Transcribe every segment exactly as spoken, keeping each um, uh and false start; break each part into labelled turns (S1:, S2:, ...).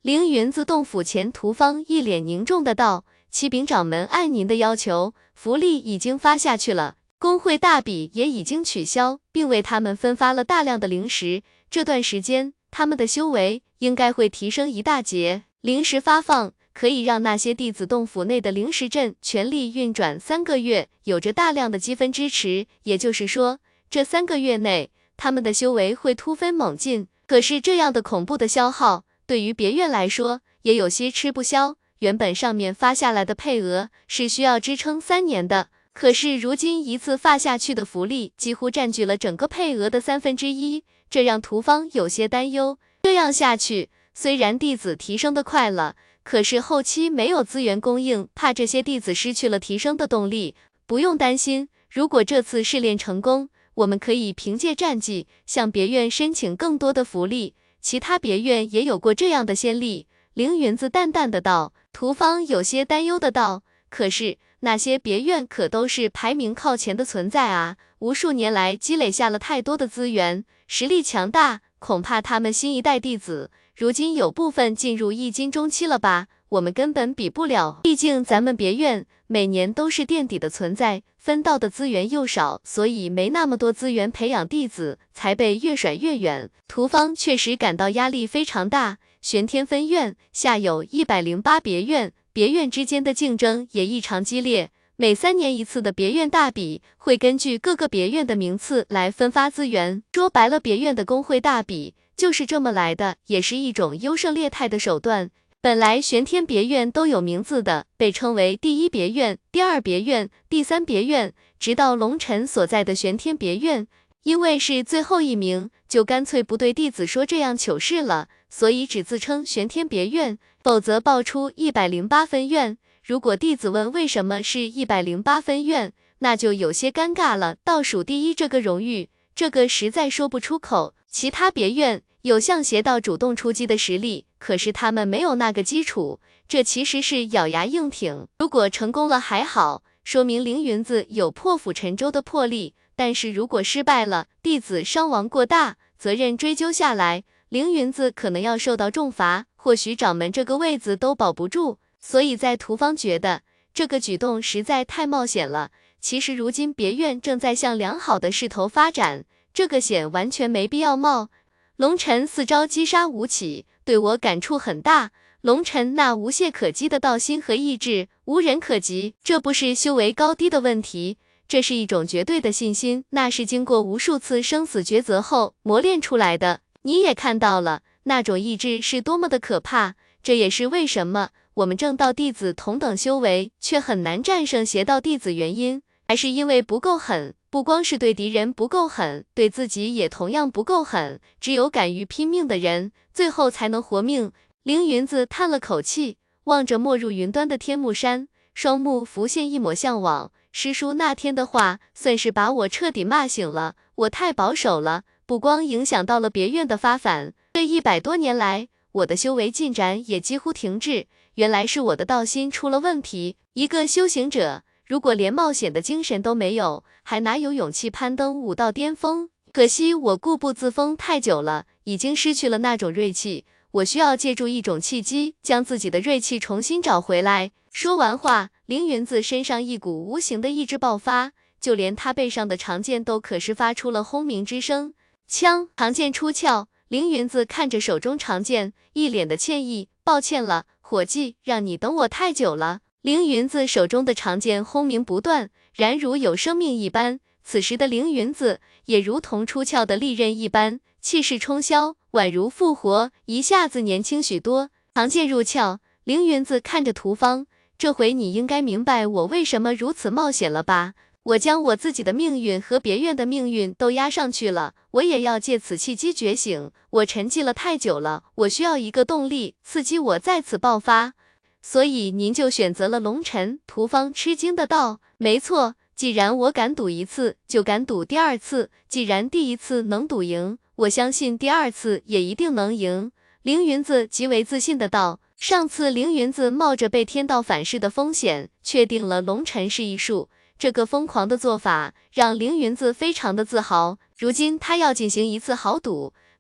S1: 凌云自洞府前，屠方一脸凝重的道：“启禀掌门，按您的要求，符力已经发下去了，工会大比也已经取消，并为他们分发了大量的灵石。这段时间，他们的修为应该会提升一大截。灵石发放可以让那些弟子洞府内的灵石阵全力运转三个月，有着大量的积分支持。也就是说，这三个月内，他们的修为会突飞猛进。可是这样的恐怖的消耗，对于别院来说，也有些吃不消。原本上面发下来的配额是需要支撑三年的，可是如今一次发下去的福利几乎占据了整个配额的三分之一，这让屠方有些担忧。这样下去，虽然弟子提升的快了，可是后期没有资源供应，怕这些弟子失去了提升的动力。不用担心，如果这次试炼成功，我们可以凭借战绩向别院申请更多的福利，其他别院也有过这样的先例。凌云子淡淡的道。屠方有些担忧的道，可是那些别院可都是排名靠前的存在啊，无数年来积累下了太多的资源，实力强大，恐怕他们新一代弟子如今有部分进入易经中期了吧，我们根本比不了，毕竟咱们别院每年都是垫底的存在，分到的资源又少，所以没那么多资源培养弟子，才被越甩越远。屠方确实感到压力非常大，玄天分院下有一百零八别院，别院之间的竞争也异常激烈。每三年一次的别院大比会根据各个别院的名次来分发资源，说白了，别院的工会大比就是这么来的，也是一种优胜劣汰的手段。本来玄天别院都有名字的，被称为第一别院、第二别院、第三别院，直到龙尘所在的玄天别院，因为是最后一名，就干脆不对弟子说这样糗事了，所以只自称玄天别院，否则爆出一百零八分院。如果弟子问为什么是一百零八分院，那就有些尴尬了。倒数第一这个荣誉，这个实在说不出口。其他别院有向邪道主动出击的实力，可是他们没有那个基础，这其实是咬牙硬挺。如果成功了还好，说明凌云子有破釜沉舟的魄力，但是如果失败了，弟子伤亡过大，责任追究下来，凌云子可能要受到重罚，或许掌门这个位子都保不住。所以在屠方觉得这个举动实在太冒险了。其实如今别院正在向良好的势头发展，这个险完全没必要冒。龙尘四招击杀吴起，对我感触很大。龙尘那无懈可击的道心和意志，无人可及。这不是修为高低的问题，这是一种绝对的信心，那是经过无数次生死抉择后磨练出来的。你也看到了，那种意志是多么的可怕。这也是为什么我们正道弟子同等修为，却很难战胜邪道弟子原因，还是因为不够狠。不光是对敌人不够狠，对自己也同样不够狠。只有敢于拼命的人，最后才能活命。凌云子叹了口气，望着没入云端的天目山，双目浮现一抹向往。师叔那天的话，算是把我彻底骂醒了。我太保守了，不光影响到了别院的发展，这一百多年来，我的修为进展也几乎停滞。原来是我的道心出了问题。一个修行者，如果连冒险的精神都没有，还哪有勇气攀登武道巅峰？可惜我固步自封太久了，已经失去了那种锐气。我需要借助一种契机，将自己的锐气重新找回来。说完话，凌云子身上一股无形的意志爆发，就连他背上的长剑都可是发出了轰鸣之声。枪，长剑出鞘。凌云子看着手中长剑，一脸的歉意，抱歉了，伙计，让你等我太久了。凌云子手中的长剑轰鸣不断，然如有生命一般。此时的凌云子也如同出鞘的利刃一般，气势冲霄，宛如复活，一下子年轻许多。长剑入鞘，凌云子看着屠方，这回你应该明白我为什么如此冒险了吧？我将我自己的命运和别院的命运都压上去了，我也要借此契机觉醒。我沉寂了太久了，我需要一个动力，刺激我再次爆发。所以您就选择了龙尘？屠方吃惊的道。没错，既然我敢赌一次，就敢赌第二次。既然第一次能赌赢，我相信第二次也一定能赢。凌云子极为自信的道。上次凌云子冒着被天道反噬的风险，确定了龙尘是异术。这个疯狂的做法让凌云子非常的自豪，如今他要进行一次豪赌，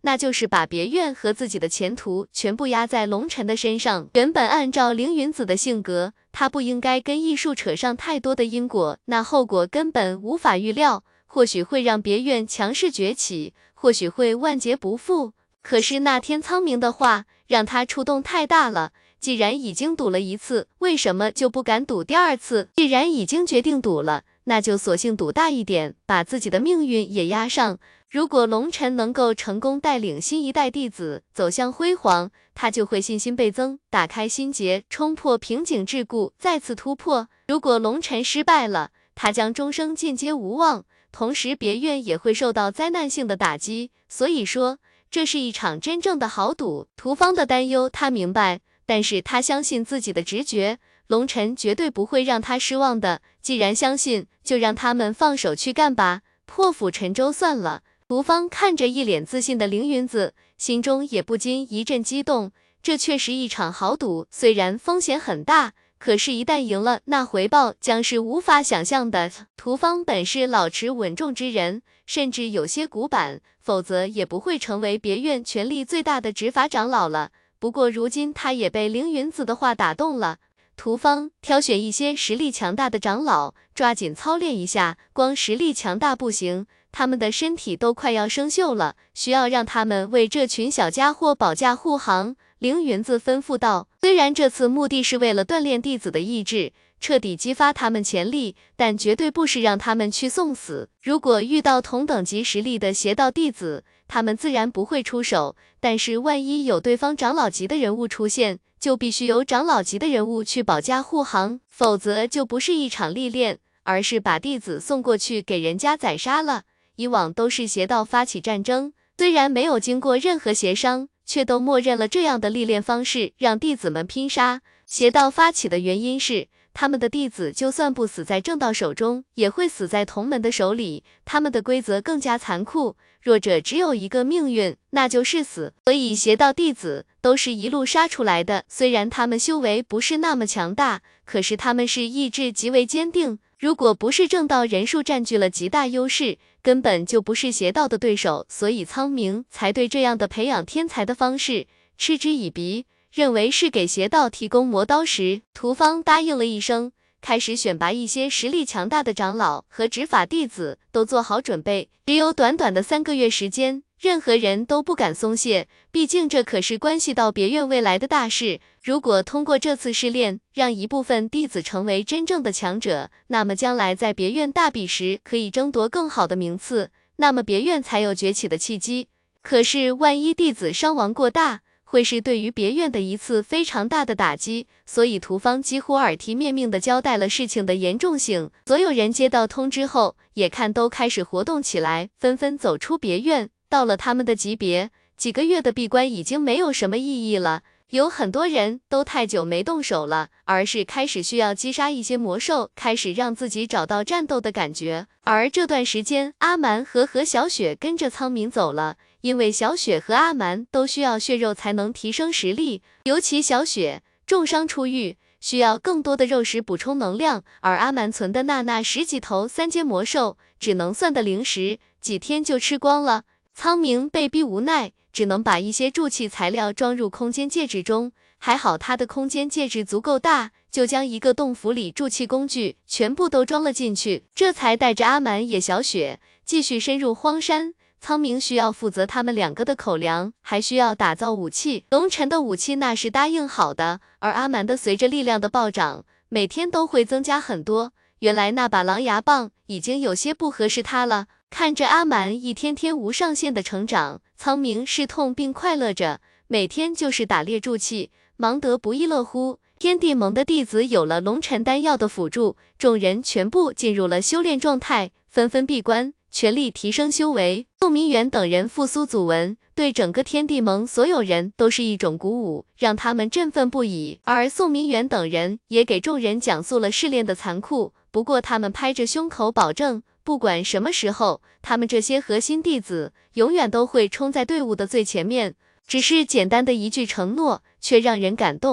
S1: 那就是把别院和自己的前途全部压在龙晨的身上。原本按照凌云子的性格，他不应该跟艺术扯上太多的因果，那后果根本无法预料，或许会让别院强势崛起，或许会万劫不复。可是那天苍明的话让他触动太大了，既然已经赌了一次，为什么就不敢赌第二次？既然已经决定赌了，那就索性赌大一点，把自己的命运也压上。如果龙晨能够成功带领新一代弟子走向辉煌，他就会信心倍增，打开心结，冲破瓶颈桎梏，再次突破。如果龙晨失败了，他将终生进阶无望，同时别院也会受到灾难性的打击。所以说，这是一场真正的豪赌。屠方的担忧他明白，但是他相信自己的直觉，龙晨绝对不会让他失望的。既然相信，就让他们放手去干吧，破釜沉舟算了。屠方看着一脸自信的凌云子，心中也不禁一阵激动。这确实一场豪赌，虽然风险很大，可是一旦赢了，那回报将是无法想象的。屠方本是老持稳重之人，甚至有些古板，否则也不会成为别院权力最大的执法长老了。不过如今他也被凌云子的话打动了。屠方挑选一些实力强大的长老，抓紧操练一下，光实力强大不行，他们的身体都快要生锈了，需要让他们为这群小家伙保驾护航。凌云子吩咐道，虽然这次目的是为了锻炼弟子的意志，彻底激发他们潜力，但绝对不是让他们去送死。如果遇到同等级实力的邪道弟子，他们自然不会出手，但是万一有对方长老级的人物出现，就必须由长老级的人物去保驾护航，否则就不是一场历练，而是把弟子送过去给人家宰杀了。以往都是邪道发起战争，虽然没有经过任何协商，却都默认了这样的历练方式，让弟子们拼杀。邪道发起的原因是，他们的弟子就算不死在正道手中，也会死在同门的手里，他们的规则更加残酷，弱者只有一个命运，那就是死。所以邪道弟子都是一路杀出来的，虽然他们修为不是那么强大，可是他们是意志极为坚定，如果不是正道人数占据了极大优势，根本就不是邪道的对手，所以苍明才对这样的培养天才的方式嗤之以鼻，认为是给邪道提供磨刀石。屠方答应了一声，开始选拔一些实力强大的长老和执法弟子，都做好准备。只有短短的三个月时间，任何人都不敢松懈，毕竟这可是关系到别院未来的大事。如果通过这次试炼，让一部分弟子成为真正的强者，那么将来在别院大比时可以争夺更好的名次，那么别院才有崛起的契机。可是万一弟子伤亡过大，会是对于别院的一次非常大的打击，所以屠方几乎耳提面命地交代了事情的严重性。所有人接到通知后，也看都开始活动起来，纷纷走出别院。到了他们的级别，几个月的闭关已经没有什么意义了，有很多人都太久没动手了，而是开始需要击杀一些魔兽，开始让自己找到战斗的感觉。而这段时间，阿蛮和何小雪跟着苍明走了，因为小雪和阿蛮都需要血肉才能提升实力，尤其小雪重伤初愈，需要更多的肉食补充能量，而阿蛮存的那那十几头三阶魔兽，只能算的零食，几天就吃光了。苍明被逼无奈，只能把一些贮气材料装入空间戒指中，还好他的空间戒指足够大，就将一个洞府里贮气工具全部都装了进去，这才带着阿蛮也小雪继续深入荒山。苍明需要负责他们两个的口粮，还需要打造武器。龙晨的武器那是答应好的，而阿蛮的随着力量的暴涨，每天都会增加很多。原来那把狼牙棒已经有些不合适他了。看着阿蛮一天天无上限的成长，苍明是痛并快乐着，每天就是打猎筑气，忙得不亦乐乎。天地盟的弟子有了龙晨丹药的辅助，众人全部进入了修炼状态，纷纷闭关，全力提升修为。宋明远等人复苏祖文，对整个天地盟所有人都是一种鼓舞，让他们振奋不已。而宋明远等人也给众人讲述了试炼的残酷，不过他们拍着胸口保证，不管什么时候，他们这些核心弟子永远都会冲在队伍的最前面。只是简单的一句承诺，却让人感动。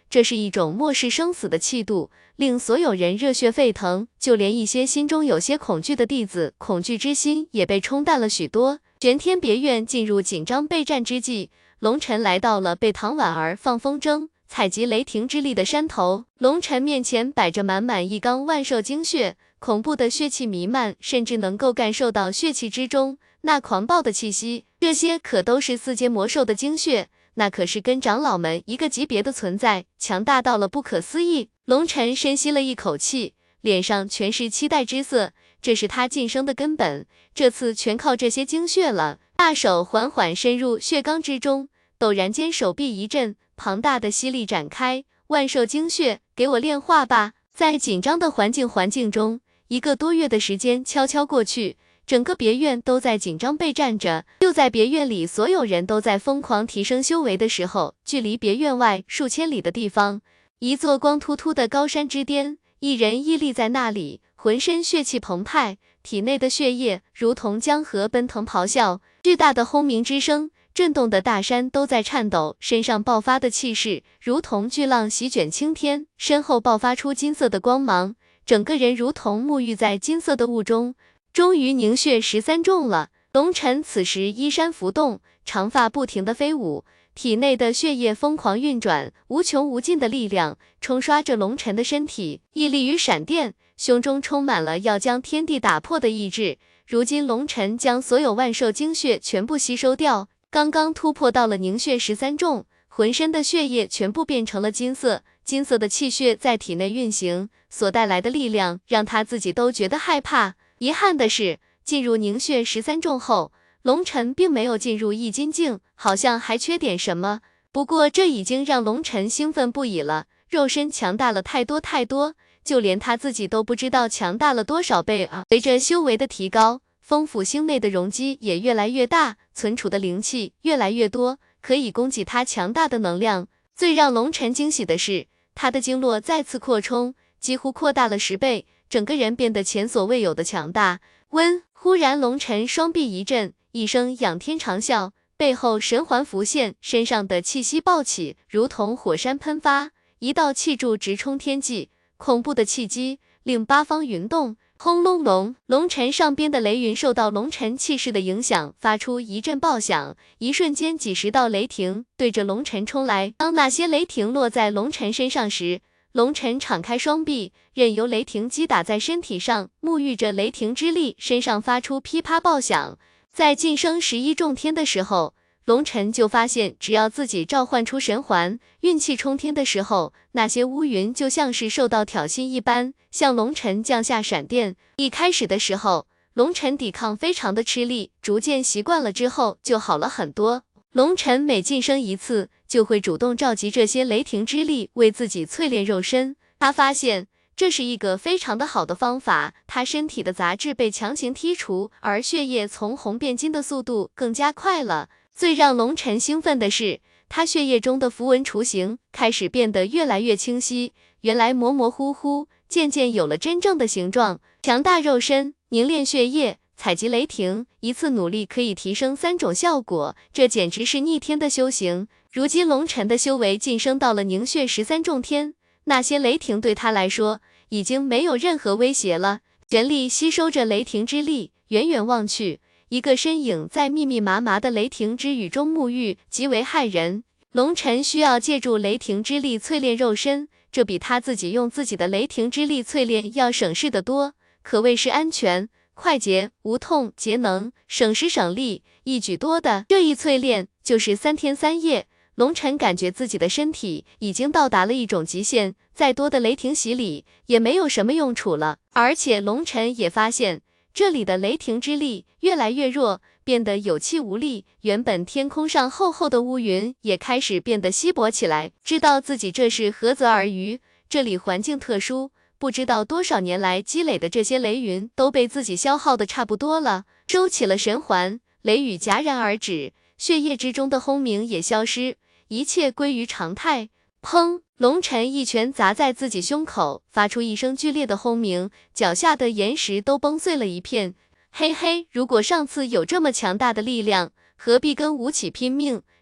S1: 这是一种漠视生死的气度，令所有人热血沸腾，就连一些心中有些恐惧的弟子，恐惧之心也被冲淡了许多。玄天别院进入紧张备战之际，龙晨来到了被唐婉儿放风筝采集雷霆之力的山头。龙晨面前摆着满满一缸万寿精血，恐怖的血气弥漫，甚至能够感受到血气之中那狂暴的气息。这些可都是四阶魔兽的精血，那可是跟长老们一个级别的存在，强大到了不可思议。龙晨深吸了一口气，脸上全是期待之色，这是他晋升的根本，这次全靠这些精血了。大手缓缓深入血缸之中，陡然间手臂一震，庞大的吸力展开，万寿精血，给我炼化吧！在紧张的环境环境中，一个多月的时间悄悄过去，整个别院都在紧张备战着。就在别院里所有人都在疯狂提升修为的时候，距离别院外数千里的地方，一座光秃秃的高山之巅，一人屹立在那里，浑身血气澎湃，体内的血液如同江河奔腾咆哮，巨大的轰鸣之声震动的大山都在颤抖，身上爆发的气势如同巨浪席卷青天，身后爆发出金色的光芒，整个人如同沐浴在金色的雾中。终于凝血十三重了。龙晨此时衣衫浮动，长发不停地飞舞，体内的血液疯狂运转，无穷无尽的力量冲刷着龙晨的身体，屹立于闪电，胸中充满了要将天地打破的意志。如今龙晨将所有万寿精血全部吸收掉，刚刚突破到了凝血十三重，浑身的血液全部变成了金色，金色的气血在体内运行，所带来的力量让他自己都觉得害怕。遗憾的是，进入凝血十三重后，龙晨并没有进入易筋境，好像还缺点什么。不过这已经让龙晨兴奋不已了，肉身强大了太多太多，就连他自己都不知道强大了多少倍啊！随着修为的提高，风府星内的容积也越来越大，存储的灵气越来越多，可以供给他强大的能量。最让龙晨惊喜的是，他的经络再次扩充，几乎扩大了十倍，整个人变得前所未有的强大。温！忽然龙晨双臂一震，一声仰天长啸，背后神环浮现，身上的气息暴起，如同火山喷发，一道气柱直冲天际，恐怖的气机令八方云动。轰隆隆，龙晨上边的雷云受到龙晨气势的影响，发出一阵爆响，一瞬间几十道雷霆对着龙晨冲来。当那些雷霆落在龙晨身上时，龙晨敞开双臂，任由雷霆击打在身体上，沐浴着雷霆之力，身上发出噼啪爆响。在晋升十一重天的时候，龙晨就发现，只要自己召唤出神环，运气冲天的时候，那些乌云就像是受到挑衅一般，向龙晨降下闪电。一开始的时候，龙晨抵抗非常的吃力，逐渐习惯了之后就好了很多。龙晨每晋升一次，就会主动召集这些雷霆之力为自己淬炼肉身。他发现这是一个非常的好的方法，他身体的杂质被强行剔除，而血液从红变金的速度更加快了。最让龙晨兴奋的是，他血液中的符文雏形开始变得越来越清晰，原来模模糊糊，渐渐有了真正的形状。强大肉身，凝练血液，采集雷霆，一次努力可以提升三种效果，这简直是逆天的修行。如今龙晨的修为晋升到了凝血十三重天，那些雷霆对他来说已经没有任何威胁了。全力吸收着雷霆之力，远远望去，一个身影在密密麻麻的雷霆之雨中沐浴，极为骇人。龙晨需要借助雷霆之力淬炼肉身，这比他自己用自己的雷霆之力淬炼要省事得多，可谓是安全、快捷、无痛、节能，省时省力，一举多得。这一淬炼就是三天三夜，龙晨感觉自己的身体已经到达了一种极限，再多的雷霆洗礼也没有什么用处了。而且龙晨也发现，这里的雷霆之力越来越弱，变得有气无力，原本天空上厚厚的乌云也开始变得稀薄起来。知道自己这是何泽而渔，这里环境特殊，不知道多少年来积累的这些雷云都被自己消耗的差不多了。收起了神环，雷雨戛然而止，血液之中的轰鸣也消失，一切归于常态。砰！龙晨一拳砸在自己胸口，发出一声剧烈的轰鸣，脚下的岩石都崩碎了一片。嘿嘿，如果上次有这么强大的力量，何必跟吴起拼命？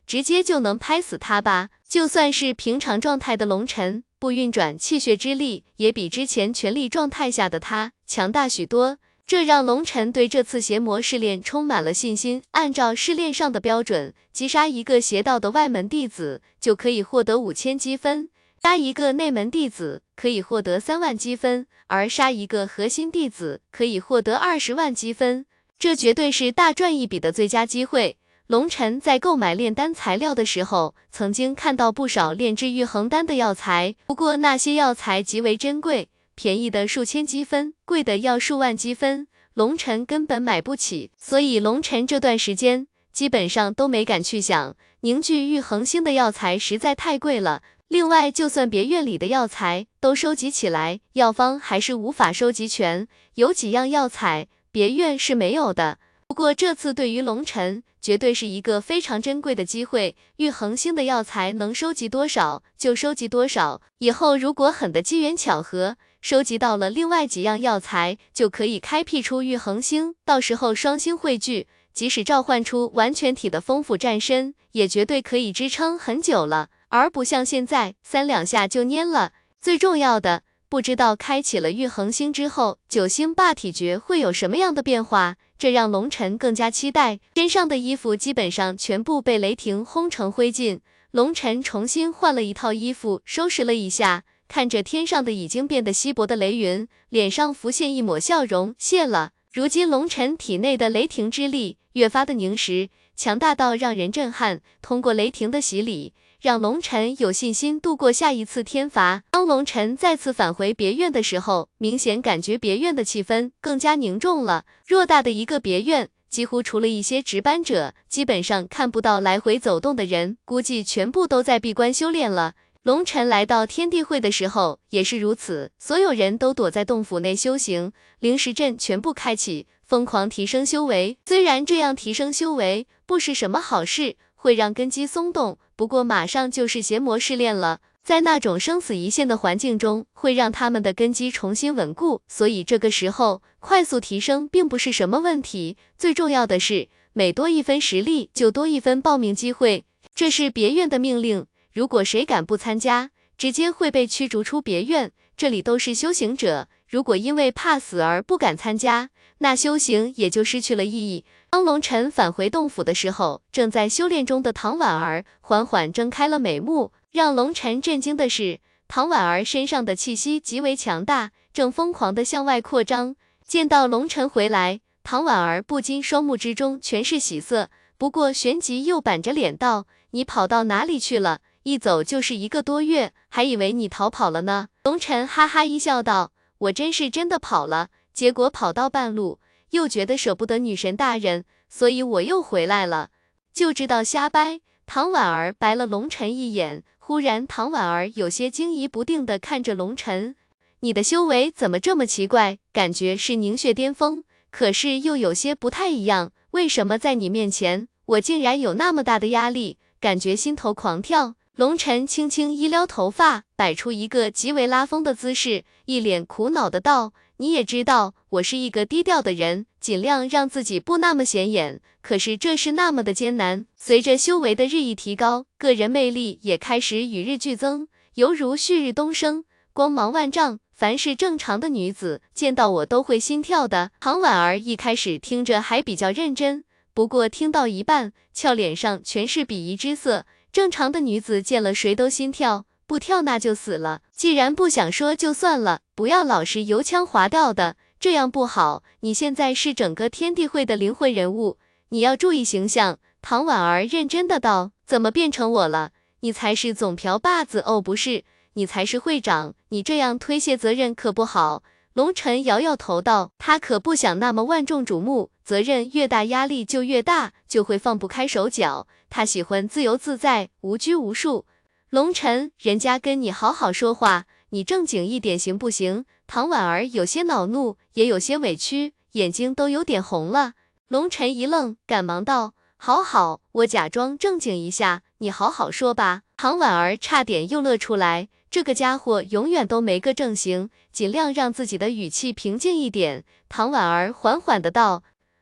S1: 直接就能拍死他吧。就算是平常状态的龙晨，不运转气血之力，也比之前全力状态下的他强大许多。这让龙晨对这次邪魔试炼充满了信心。按照试炼上的标准，击杀一个邪道的外门弟子就可以获得五千积分，杀一个内门弟子可以获得三万积分，而杀一个核心弟子可以获得二十万积分。这绝对是大赚一笔的最佳机会。龙晨在购买炼丹材料的时候，曾经看到不少炼制玉衡丹的药材，不过那些药材极为珍贵。便宜的数千积分，贵的要数万积分，龙晨根本买不起，所以龙晨这段时间基本上都没敢去想凝聚玉衡星的药材实在太贵了。另外，就算别院里的药材都收集起来，药方还是无法收集全，有几样药材别院是没有的。不过这次对于龙晨绝对是一个非常珍贵的机会，玉衡星的药材能收集多少就收集多少，以后如果很的机缘巧合收集到了另外几样药材，就可以开辟出玉衡星，到时候双星汇聚，即使召唤出完全体的丰富战身，也绝对可以支撑很久了，而不像现在三两下就蔫了。最重要的，不知道开启了玉衡星之后，九星霸体诀会有什么样的变化，这让龙晨更加期待。身上的衣服基本上全部被雷霆轰成灰烬，龙晨重新换了一套衣服，收拾了一下，看着天上的已经变得稀薄的雷云，脸上浮现一抹笑容，谢了。如今龙晨体内的雷霆之力越发的凝实，强大到让人震撼。通过雷霆的洗礼，让龙晨有信心度过下一次天罚。当龙晨再次返回别院的时候，明显感觉别院的气氛更加凝重了。偌大的一个别院，几乎除了一些值班者，基本上看不到来回走动的人，估计全部都在闭关修炼了。龙晨来到天地会的时候也是如此，所有人都躲在洞府内修行，灵石阵全部开启，疯狂提升修为。虽然这样提升修为不是什么好事，会让根基松动，不过马上就是邪魔试炼了，在那种生死一线的环境中，会让他们的根基重新稳固，所以这个时候快速提升并不是什么问题。最重要的是，每多一分实力就多一分报名机会，这是别院的命令。如果谁敢不参加，直接会被驱逐出别院。这里都是修行者，如果因为怕死而不敢参加，那修行也就失去了意义。当龙晨返回洞府的时候，正在修炼中的唐婉儿缓缓睁开了美目。让龙晨震惊的是，唐婉儿身上的气息极为强大，正疯狂地向外扩张。见到龙晨回来，唐婉儿不禁双目之中全是喜色，不过旋即又板着脸道：“你跑到哪里去了？一走就是一个多月，还以为你逃跑了呢。”龙晨哈哈一笑道：“我真是真的跑了，结果跑到半路，又觉得舍不得女神大人，所以我又回来了。就知道瞎掰。”唐婉儿白了龙晨一眼，忽然唐婉儿有些惊疑不定地看着龙晨：“你的修为怎么这么奇怪？感觉是凝血巅峰，可是又有些不太一样，为什么在你面前，我竟然有那么大的压力，感觉心头狂跳？”龙晨轻轻一撩头发，摆出一个极为拉风的姿势，一脸苦恼的道：“你也知道，我是一个低调的人，尽量让自己不那么显眼，可是这是那么的艰难。随着修为的日益提高，个人魅力也开始与日俱增，犹如旭日东升，光芒万丈。凡是正常的女子，见到我都会心跳的。”唐婉儿一开始听着还比较认真，不过听到一半，俏脸上全是鄙夷之色。正常的女子见了谁都心跳，不跳那就死了。既然不想说就算了，不要老是油腔滑调的，这样不好。你现在是整个天地会的灵魂人物，你要注意形象。唐婉儿认真的道：“怎么变成我了？你才是总瓢把子哦，不是，你才是会长，你这样推卸责任可不好。”龙晨摇摇头道：“他可不想那么万众瞩目，责任越大压力就越大，就会放不开手脚。他喜欢自由自在，无拘无束。”龙晨，人家跟你好好说话，你正经一点行不行？唐婉儿有些恼怒，也有些委屈，眼睛都有点红了。龙晨一愣，赶忙道：“好好，我假装正经一下，你好好说吧。”唐婉儿差点又乐出来，这个家伙永远都没个正形，尽量让自己的语气平静一点。唐婉儿缓缓的道：“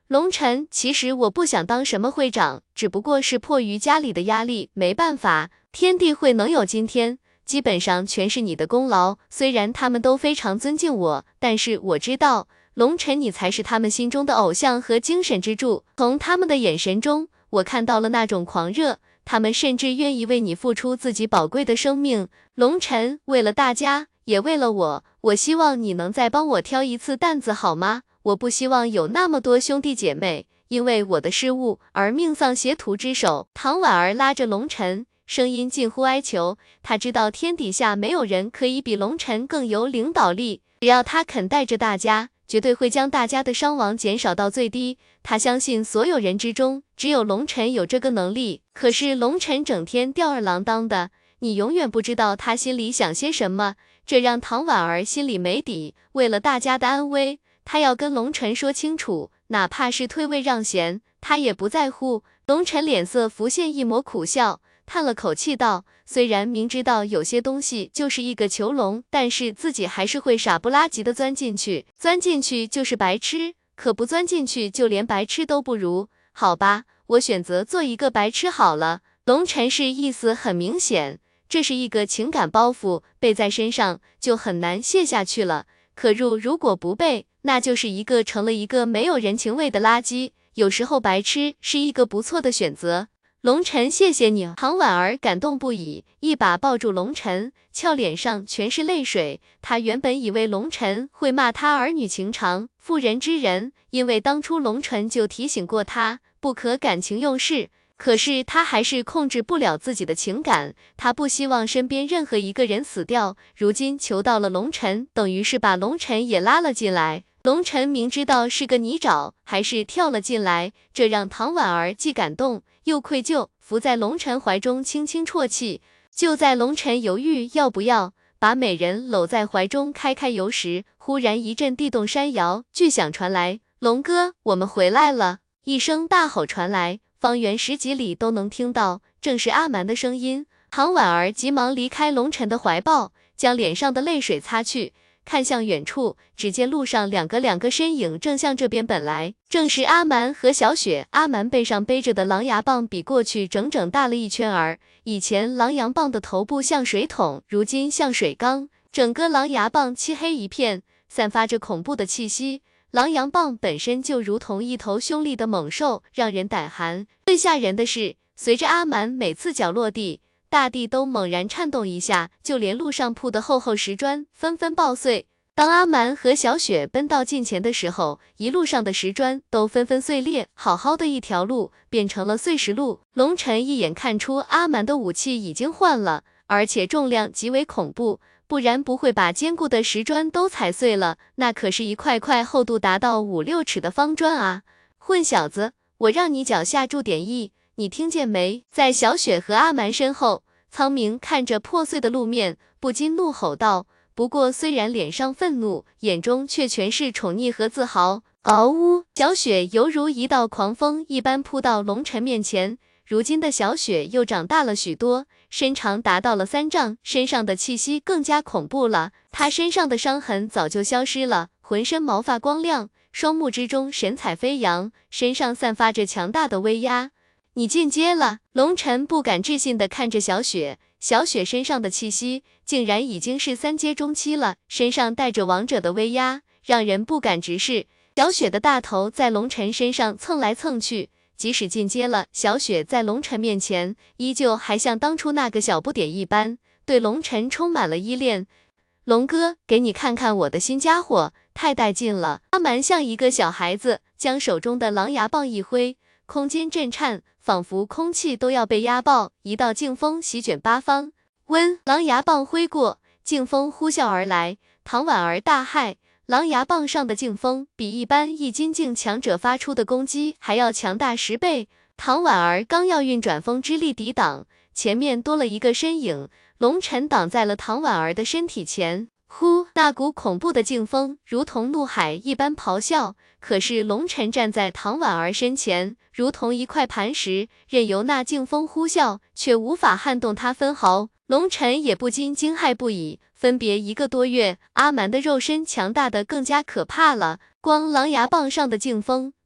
S1: 龙晨，其实我不想当什么会长，只不过是迫于家里的压力，没办法。天地会能有今天，基本上全是你的功劳。虽然他们都非常尊敬我，但是我知道，龙晨你才是他们心中的偶像和精神支柱。从他们的眼神中，我看到了那种狂热，他们甚至愿意为你付出自己宝贵的生命。龙晨，为了大家，也为了我，我希望你能再帮我挑一次担子好吗？我不希望有那么多兄弟姐妹因为我的失误而命丧邪徒之手。唐婉儿拉着龙晨，声音近乎哀求，他知道天底下没有人可以比龙晨更有领导力，只要他肯带着大家，绝对会将大家的伤亡减少到最低。他相信所有人之中，只有龙晨有这个能力。可是龙晨整天吊儿郎当的，你永远不知道他心里想些什么，这让唐婉儿心里没底。为了大家的安危，他要跟龙晨说清楚，哪怕是退位让贤，他也不在乎。龙晨脸色浮现一抹苦笑，叹了口气道，虽然明知道有些东西就是一个囚笼，但是自己还是会傻不拉几的钻进去。钻进去就是白痴，可不钻进去就连白痴都不如。好吧，我选择做一个白痴好了。龙晨是意思很明显，这是一个情感包袱，背在身上就很难卸下去了。可入如果不背，那就是一个成了一个没有人情味的垃圾。有时候白痴是一个不错的选择。龙晨，谢谢你。唐婉儿感动不已，一把抱住龙晨，俏脸上全是泪水。她原本以为龙晨会骂她儿女情长、妇人之仁，因为当初龙晨就提醒过她不可感情用事。可是他还是控制不了自己的情感，他不希望身边任何一个人死掉。如今求到了龙晨，等于是把龙晨也拉了进来。龙晨明知道是个泥沼，还是跳了进来，这让唐婉儿既感动又愧疚，伏在龙晨怀中轻轻啜泣。就在龙晨犹豫要不要把美人搂在怀中开开游时，忽然一阵地动山摇，巨响传来，龙哥，我们回来了！一声大吼传来，方圆十几里都能听到，正是阿蛮的声音。唐婉儿急忙离开龙晨的怀抱，将脸上的泪水擦去，看向远处，只见路上两个两个身影正向这边奔来，正是阿蛮和小雪。阿蛮背上背着的狼牙棒比过去整整大了一圈儿，以前狼牙棒的头部像水桶，如今像水缸，整个狼牙棒漆黑一片，散发着恐怖的气息。狼牙棒本身就如同一头凶厉的猛兽，让人胆寒。最吓人的是，随着阿蛮每次脚落地，大地都猛然颤动一下，就连路上铺的厚厚石砖纷纷爆碎。当阿蛮和小雪奔到近前的时候，一路上的石砖都纷纷碎裂，好好的一条路变成了碎石路。龙晨一眼看出阿蛮的武器已经换了，而且重量极为恐怖，不然不会把坚固的石砖都踩碎了，那可是一块块厚度达到五六尺的方砖啊！混小子，我让你脚下注点意，你听见没？在小雪和阿蛮身后，苍明看着破碎的路面，不禁怒吼道。不过虽然脸上愤怒，眼中却全是宠溺和自豪。嗷呜！小雪犹如一道狂风一般扑到龙晨面前。如今的小雪又长大了许多，身长达到了三丈，身上的气息更加恐怖了。她身上的伤痕早就消失了，浑身毛发光亮，双目之中神采飞扬，身上散发着强大的威压。你进阶了！龙晨不敢置信地看着小雪，小雪身上的气息竟然已经是三阶中期了，身上带着王者的威压，让人不敢直视。小雪的大头在龙晨身上蹭来蹭去，即使进阶了，小雪在龙晨面前依旧还像当初那个小不点一般，对龙晨充满了依恋。龙哥，给你看看我的新家伙，太带劲了！阿蛮像一个小孩子，将手中的狼牙棒一挥，空间震颤，仿佛空气都要被压爆，一道劲风席卷八方。温，狼牙棒挥过，劲风呼啸而来。唐婉儿大骇，狼牙棒上的劲风比一般易筋境强者发出的攻击还要强大十倍。唐婉儿刚要运转风之力抵挡，前面多了一个身影，龙晨挡在了唐婉儿的身体前。呼，那股恐怖的劲风如同怒海一般咆哮，可是龙晨站在唐婉儿身前，如同一块磐石，任由那劲风呼啸，却无法撼动他分毫。龙晨也不禁惊骇不已，分别一个多月，阿蛮的肉身强大的更加可怕了，光狼牙棒上的劲风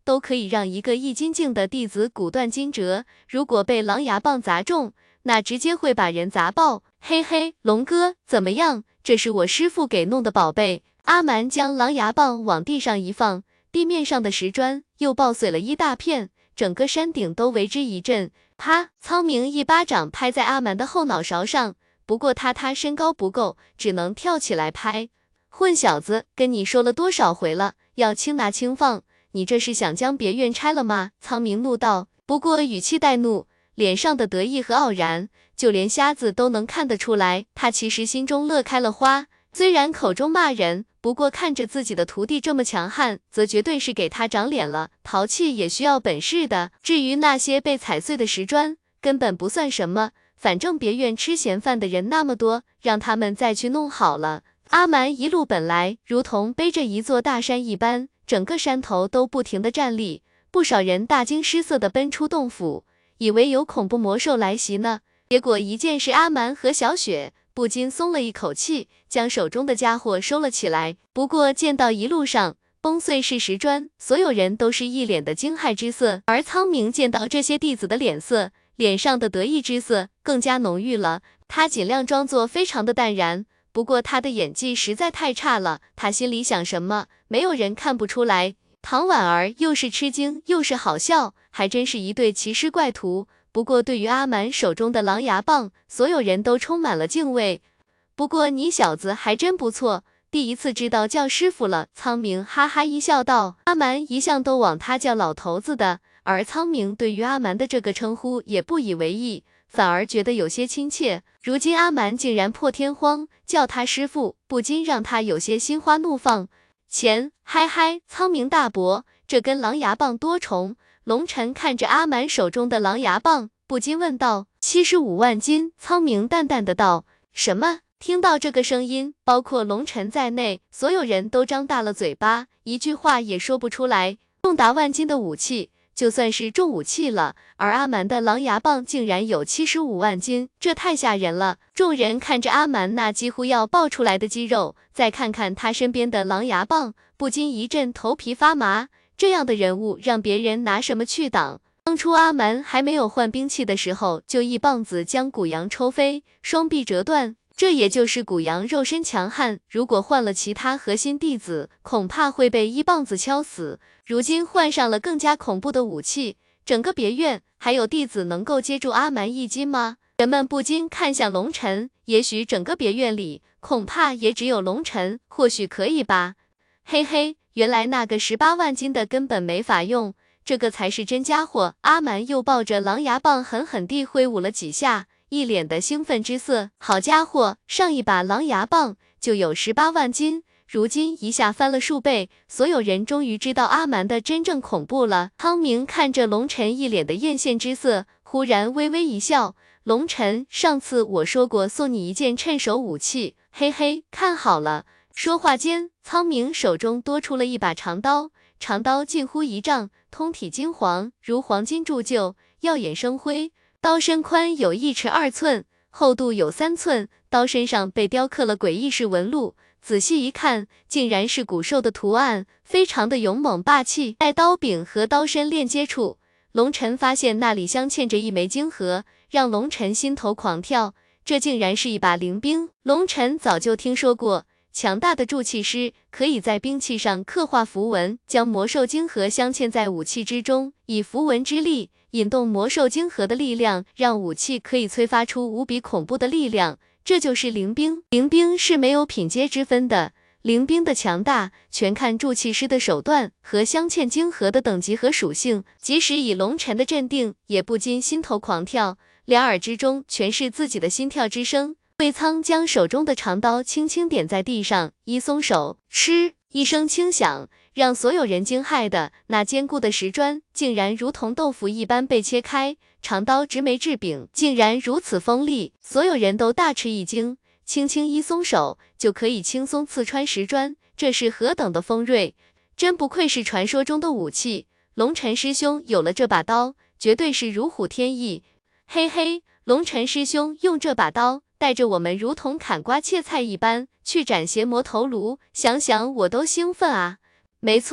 S1: 都可以让一个易筋境的弟子骨断筋折，如果被狼牙棒砸中，那直接会把人砸爆。嘿嘿，龙哥，怎么样？这是我师父给弄的宝贝。阿蛮将狼牙棒往地上一放，地面上的石砖又爆碎了一大片，整个山顶都为之一震。啪！苍明一巴掌拍在阿蛮的后脑勺上，不过他他身高不够，只能跳起来拍。混小子，跟你说了多少回了，要轻拿轻放，你这是想将别院拆了吗？苍明怒道，不过语气带怒，脸上的得意和傲然，就连瞎子都能看得出来，他其实心中乐开了花。虽然口中骂人，不过看着自己的徒弟这么强悍，则绝对是给他长脸了。淘气也需要本事的，至于那些被踩碎的石砖，根本不算什么，反正别院吃闲饭的人那么多，让他们再去弄好了。阿蛮一路本来如同背着一座大山一般，整个山头都不停地站立，不少人大惊失色地奔出洞府，以为有恐怖魔兽来袭呢，结果一见是阿蛮和小雪，不禁松了一口气，将手中的家伙收了起来。不过见到一路上崩碎是石砖，所有人都是一脸的惊骇之色，而苍明见到这些弟子的脸色，脸上的得意之色更加浓郁了。他尽量装作非常的淡然，不过他的演技实在太差了，他心里想什么，没有人看不出来。唐婉儿又是吃惊又是好笑，还真是一对奇师怪徒。不过对于阿蛮手中的狼牙棒，所有人都充满了敬畏。不过你小子还真不错，第一次知道叫师傅了。苍明哈哈一笑道，阿蛮一向都往他叫老头子的，而苍明对于阿蛮的这个称呼也不以为意，反而觉得有些亲切。如今阿蛮竟然破天荒叫他师傅，不禁让他有些心花怒放。钱，嗨嗨，苍明大伯，这根狼牙棒多重？龙尘看着阿蛮手中的狼牙棒，不禁问道。七十五万斤，苍明淡淡的道。什么？听到这个声音，包括龙尘在内，所有人都张大了嘴巴，一句话也说不出来。重达万斤的武器，就算是重武器了，而阿蛮的狼牙棒竟然有七十五万斤，这太吓人了。众人看着阿蛮那几乎要爆出来的肌肉，再看看他身边的狼牙棒，不禁一阵头皮发麻。这样的人物让别人拿什么去挡？当初阿蛮还没有换兵器的时候，就一棒子将古阳抽飞，双臂折断。这也就是古阳肉身强悍，如果换了其他核心弟子，恐怕会被一棒子敲死。如今换上了更加恐怖的武器，整个别院还有弟子能够接住阿蛮一击吗？人们不禁看向龙尘，也许整个别院里，恐怕也只有龙尘，或许可以吧。嘿嘿，原来那个十八万斤的根本没法用，这个才是真家伙。阿蛮又抱着狼牙棒狠狠地挥舞了几下，一脸的兴奋之色。好家伙，上一把狼牙棒就有十八万斤，如今一下翻了数倍，所有人终于知道阿蛮的真正恐怖了。汤明看着龙尘一脸的艳羡之色，忽然微微一笑。龙尘，上次我说过送你一件趁手武器，嘿嘿，看好了。说话间，苍明手中多出了一把长刀，长刀近乎一丈，通体金黄，如黄金铸就，耀眼生辉。刀身宽有一尺二寸，厚度有三寸，刀身上被雕刻了诡异式纹路，仔细一看，竟然是古兽的图案，非常的勇猛霸气。在刀柄和刀身链接处，龙尘发现那里镶嵌着一枚晶核，让龙尘心头狂跳，这竟然是一把灵兵。龙尘早就听说过，强大的铸器师可以在兵器上刻画符文，将魔兽晶核镶嵌在武器之中，以符文之力引动魔兽晶核的力量，让武器可以催发出无比恐怖的力量，这就是灵兵。灵兵是没有品阶之分的，灵兵的强大全看铸器师的手段和镶嵌晶核的等级和属性。即使以龙尘的镇定，也不禁心头狂跳，两耳之中全是自己的心跳之声。魏苍将手中的长刀轻轻点在地上，一松手，嗤一声轻响，让所有人惊骇的那坚固的石砖竟然如同豆腐一般被切开，长刀直眉至柄，竟然如此锋利，所有人都大吃一惊。轻轻一松手，就可以轻松刺穿石砖，这是何等的锋锐，真不愧是传说中的武器。龙尘师兄有了这把刀，绝对是如虎添翼。嘿嘿，龙尘师兄用这把刀带着我们如同砍瓜切菜一般去斩邪魔头颅，想想我都兴奋啊！没错，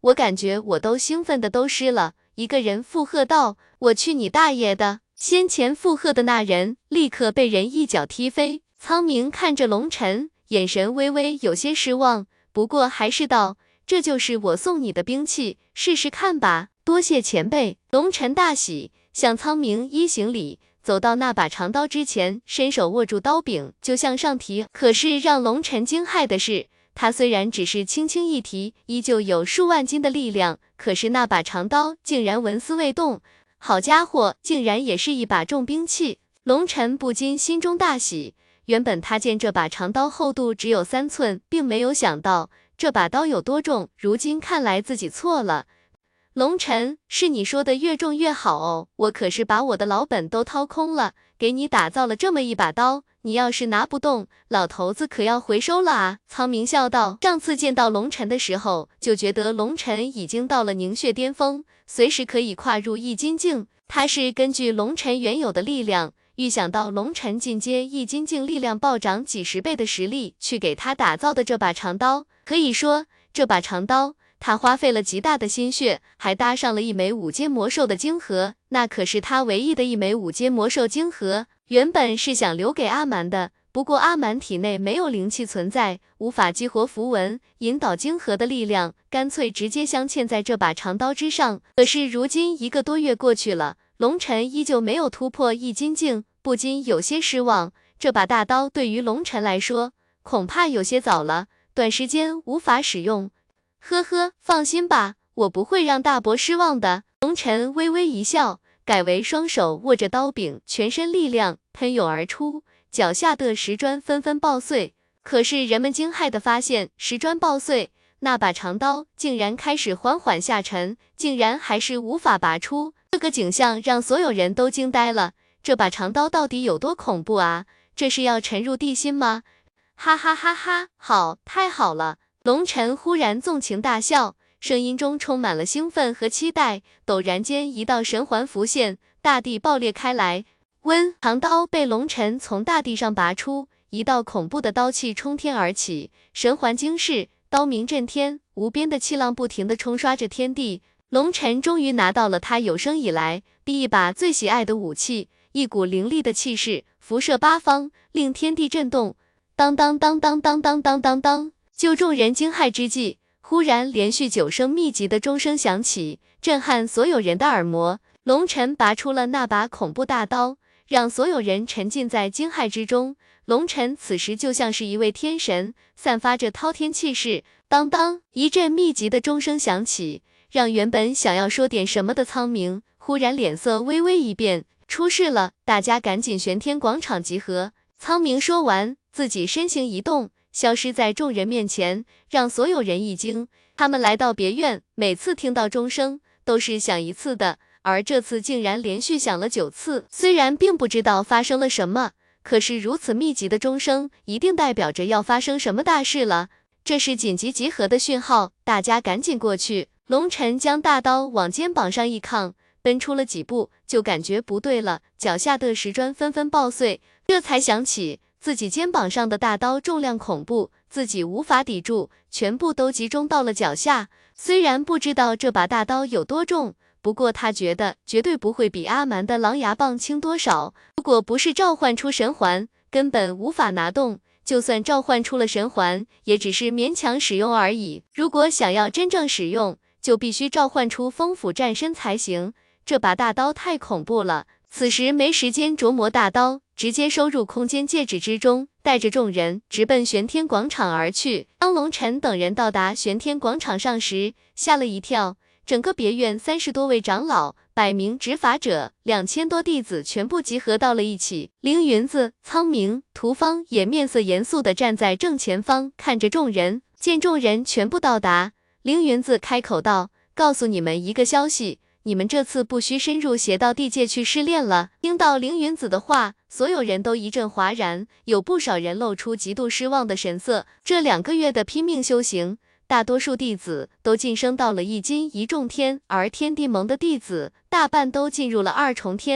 S1: 我感觉我都兴奋的都湿了。一个人附和道：“我去你大爷的！”先前附和的那人立刻被人一脚踢飞。苍明看着龙尘，眼神微微有些失望，不过还是道：“这就是我送你的兵器，试试看吧。”多谢前辈。龙尘大喜，向苍明一行礼，走到那把长刀之前，伸手握住刀柄就向上提。可是让龙尘惊骇的是，他虽然只是轻轻一提，依旧有数万斤的力量，可是那把长刀竟然纹丝未动。好家伙，竟然也是一把重兵器！龙尘不禁心中大喜。原本他见这把长刀厚度只有三寸，并没有想到这把刀有多重，如今看来自己错了。龙尘，是你说的越重越好哦，我可是把我的老本都掏空了，给你打造了这么一把刀，你要是拿不动，老头子可要回收了啊！苍明笑道，上次见到龙尘的时候，就觉得龙尘已经到了凝血巅峰，随时可以跨入易筋境。他是根据龙尘原有的力量，预想到龙尘进阶易筋境力量暴涨几十倍的实力，去给他打造的这把长刀。可以说，这把长刀他花费了极大的心血，还搭上了一枚五阶魔兽的晶核，那可是他唯一的一枚五阶魔兽晶核。原本是想留给阿蛮的，不过阿蛮体内没有灵气存在，无法激活符文，引导晶核的力量，干脆直接镶嵌在这把长刀之上。可是如今一个多月过去了，龙尘依旧没有突破易筋境，不禁有些失望。这把大刀对于龙尘来说，恐怕有些早了，短时间无法使用。呵呵，放心吧，我不会让大伯失望的。龙尘微微一笑，改为双手握着刀柄，全身力量喷涌而出，脚下的石砖纷纷爆碎。可是人们惊骇地发现，石砖爆碎，那把长刀竟然开始缓缓下沉，竟然还是无法拔出。这个景象让所有人都惊呆了，这把长刀到底有多恐怖啊？这是要沉入地心吗？哈哈哈哈，好，太好了！龙尘忽然纵情大笑，声音中充满了兴奋和期待。陡然间，一道神环浮现，大地爆裂开来。温，长刀被龙尘从大地上拔出，一道恐怖的刀气冲天而起，神环惊世，刀鸣震天，无边的气浪不停地冲刷着天地。龙尘终于拿到了他有生以来第一把最喜爱的武器，一股凌厉的气势辐射八方，令天地震动。当当当当当当当当当。就众人惊骇之际，忽然连续九声密集的钟声响起，震撼所有人的耳膜。龙尘拔出了那把恐怖大刀，让所有人沉浸在惊骇之中。龙尘此时就像是一位天神，散发着滔天气势。当当，一阵密集的钟声响起，让原本想要说点什么的苍明忽然脸色微微一变，出事了，大家赶紧玄天广场集合。苍明说完，自己身形一动，消失在众人面前，让所有人一惊。他们来到别院，每次听到钟声都是响一次的，而这次竟然连续响了九次。虽然并不知道发生了什么，可是如此密集的钟声，一定代表着要发生什么大事了。这是紧急集合的讯号，大家赶紧过去。龙尘将大刀往肩膀上一抗，奔出了几步，就感觉不对了，脚下的石砖纷纷爆碎，这才想起自己肩膀上的大刀重量恐怖，自己无法抵住，全部都集中到了脚下。虽然不知道这把大刀有多重，不过他觉得绝对不会比阿蛮的狼牙棒轻多少。如果不是召唤出神环，根本无法拿动，就算召唤出了神环，也只是勉强使用而已。如果想要真正使用，就必须召唤出风斧战身才行。这把大刀太恐怖了，此时没时间琢磨大刀，直接收入空间戒指之中，带着众人直奔玄天广场而去。当龙尘等人到达玄天广场上时，吓了一跳，整个别院三十多位长老、百名执法者、两千多弟子全部集合到了一起。凌云子、苍明、屠方也面色严肃地站在正前方，看着众人。见众人全部到达，凌云子开口道：“告诉你们一个消息。”你们这次不需深入邪道地界去试炼了。听到凌云子的话，所有人都一阵哗然，有不少人露出极度失望的神色。这两个月的拼命修行，大多数弟子都晋升到了一金一重天，而天地盟的弟子大半都进入了二重天。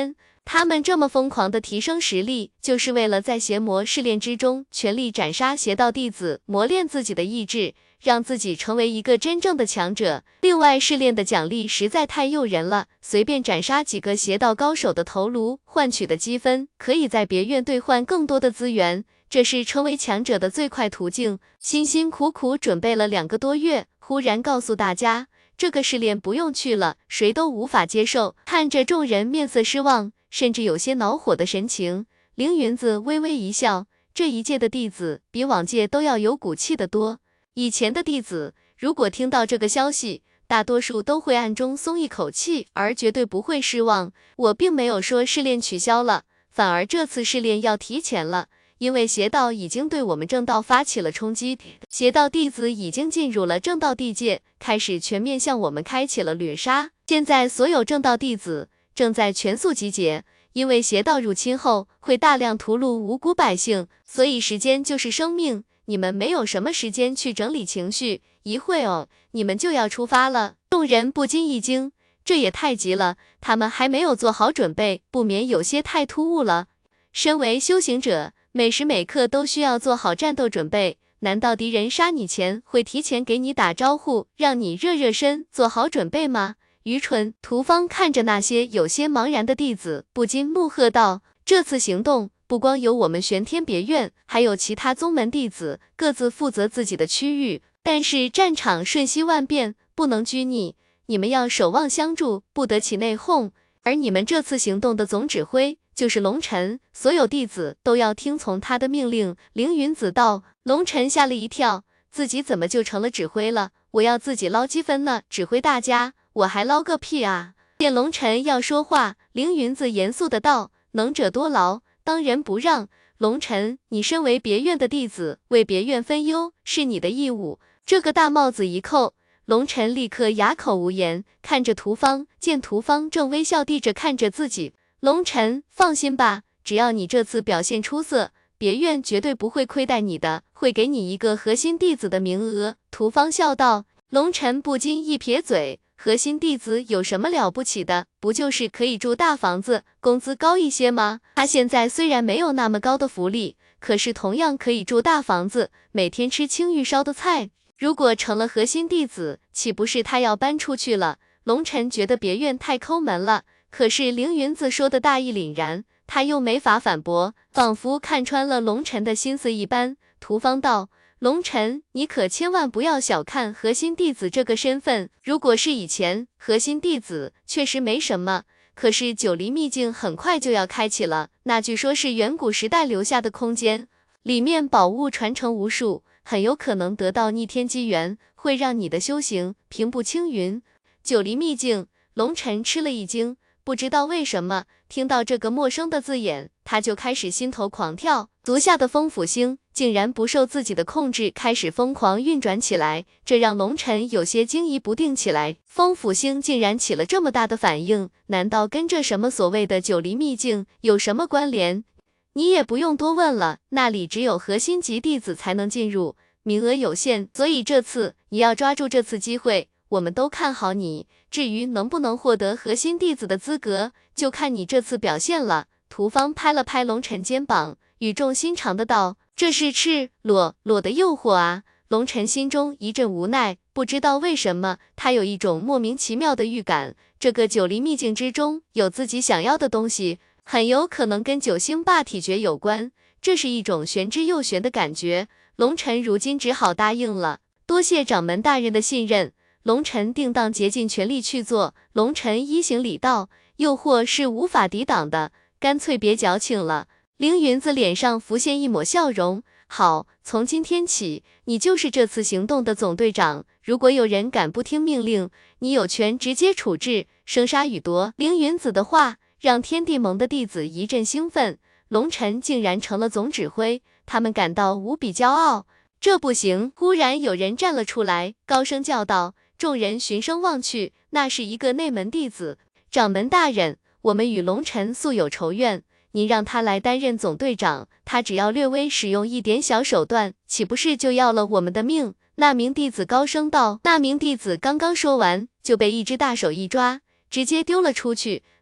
S1: 他们这么疯狂的提升实力，就是为了在邪魔试炼之中全力斩杀邪道弟子，磨练自己的意志，让自己成为一个真正的强者。另外，试炼的奖励实在太诱人了，随便斩杀几个邪道高手的头颅，换取的积分可以在别院兑换更多的资源，这是成为强者的最快途径。辛辛苦苦准备了两个多月，忽然告诉大家，这个试炼不用去了，谁都无法接受。看着众人面色失望，甚至有些恼火的神情，凌云子微微一笑，这一届的弟子比往届都要有骨气得多。以前的弟子如果听到这个消息，大多数都会暗中松一口气，而绝对不会失望。我并没有说试炼取消了，反而这次试炼要提前了，因为邪道已经对我们正道发起了冲击，邪道弟子已经进入了正道地界，开始全面向我们开启了掠杀。现在所有正道弟子正在全速集结，因为邪道入侵后会大量屠戮无辜百姓，所以时间就是生命，你们没有什么时间去整理情绪，一会哦，你们就要出发了。众人不禁一惊，这也太急了，他们还没有做好准备，不免有些太突兀了。身为修行者，每时每刻都需要做好战斗准备，难道敌人杀你前会提前给你打招呼，让你热热身，做好准备吗？愚蠢！屠方看着那些有些茫然的弟子，不禁怒喝道，这次行动不光有我们玄天别院，还有其他宗门弟子，各自负责自己的区域，但是战场瞬息万变，不能拘泥，你们要守望相助，不得起内讧。而你们这次行动的总指挥就是龙尘，所有弟子都要听从他的命令。凌云子道。龙尘吓了一跳，自己怎么就成了指挥了？我要自己捞积分呢，指挥大家，我还捞个屁啊！见龙尘要说话，凌云子严肃的道，能者多劳，当仁不让。龙尘，你身为别院的弟子，为别院分忧是你的义务。这个大帽子一扣，龙尘立刻哑口无言，看着屠方，见屠方正微笑地着看着自己。龙尘，放心吧，只要你这次表现出色，别院绝对不会亏待你的，会给你一个核心弟子的名额。屠方笑道。龙尘不禁一撇嘴，核心弟子有什么了不起的？不就是可以住大房子，工资高一些吗？他现在虽然没有那么高的福利，可是同样可以住大房子，每天吃青玉烧的菜。如果成了核心弟子，岂不是他要搬出去了？龙尘觉得别院太抠门了，可是凌云子说的大义凛然，他又没法反驳，仿佛看穿了龙尘的心思一般。屠方道，龙尘，你可千万不要小看核心弟子这个身份，如果是以前，核心弟子确实没什么，可是九黎秘境很快就要开启了，那据说是远古时代留下的空间，里面宝物传承无数，很有可能得到逆天机缘，会让你的修行平步青云。九黎秘境，龙尘吃了一惊，不知道为什么，听到这个陌生的字眼，他就开始心头狂跳。足下的风府星竟然不受自己的控制，开始疯狂运转起来，这让龙尘有些惊疑不定起来。风府星竟然起了这么大的反应，难道跟这什么所谓的九黎秘境有什么关联？你也不用多问了，那里只有核心级弟子才能进入，名额有限，所以这次你要抓住这次机会，我们都看好你。至于能不能获得核心弟子的资格，就看你这次表现了。屠方拍了拍龙尘肩膀，语重心长的道，这是赤裸裸的诱惑啊！龙尘心中一阵无奈，不知道为什么，他有一种莫名其妙的预感，这个九黎秘境之中有自己想要的东西，很有可能跟九星霸体诀有关，这是一种玄之又玄的感觉。龙尘如今只好答应了，多谢掌门大人的信任。龙尘定当竭尽全力去做。龙尘依行礼道，诱惑是无法抵挡的，干脆别矫情了。凌云子脸上浮现一抹笑容，好，从今天起，你就是这次行动的总队长。如果有人敢不听命令，你有权直接处置，生杀予夺。凌云子的话让天地盟的弟子一阵兴奋，龙尘竟然成了总指挥，他们感到无比骄傲。这不行！忽然有人站了出来，高声叫道。众人循声望去，那是一个内门弟子。掌门大人，我们与龙尘素有仇怨，您让他来担任总队长，他只要略微使用一点小手段，岂不是就要了我们的命？那名弟子高声道。那名弟子刚刚说完，就被一只大手一抓，直接丢了出去。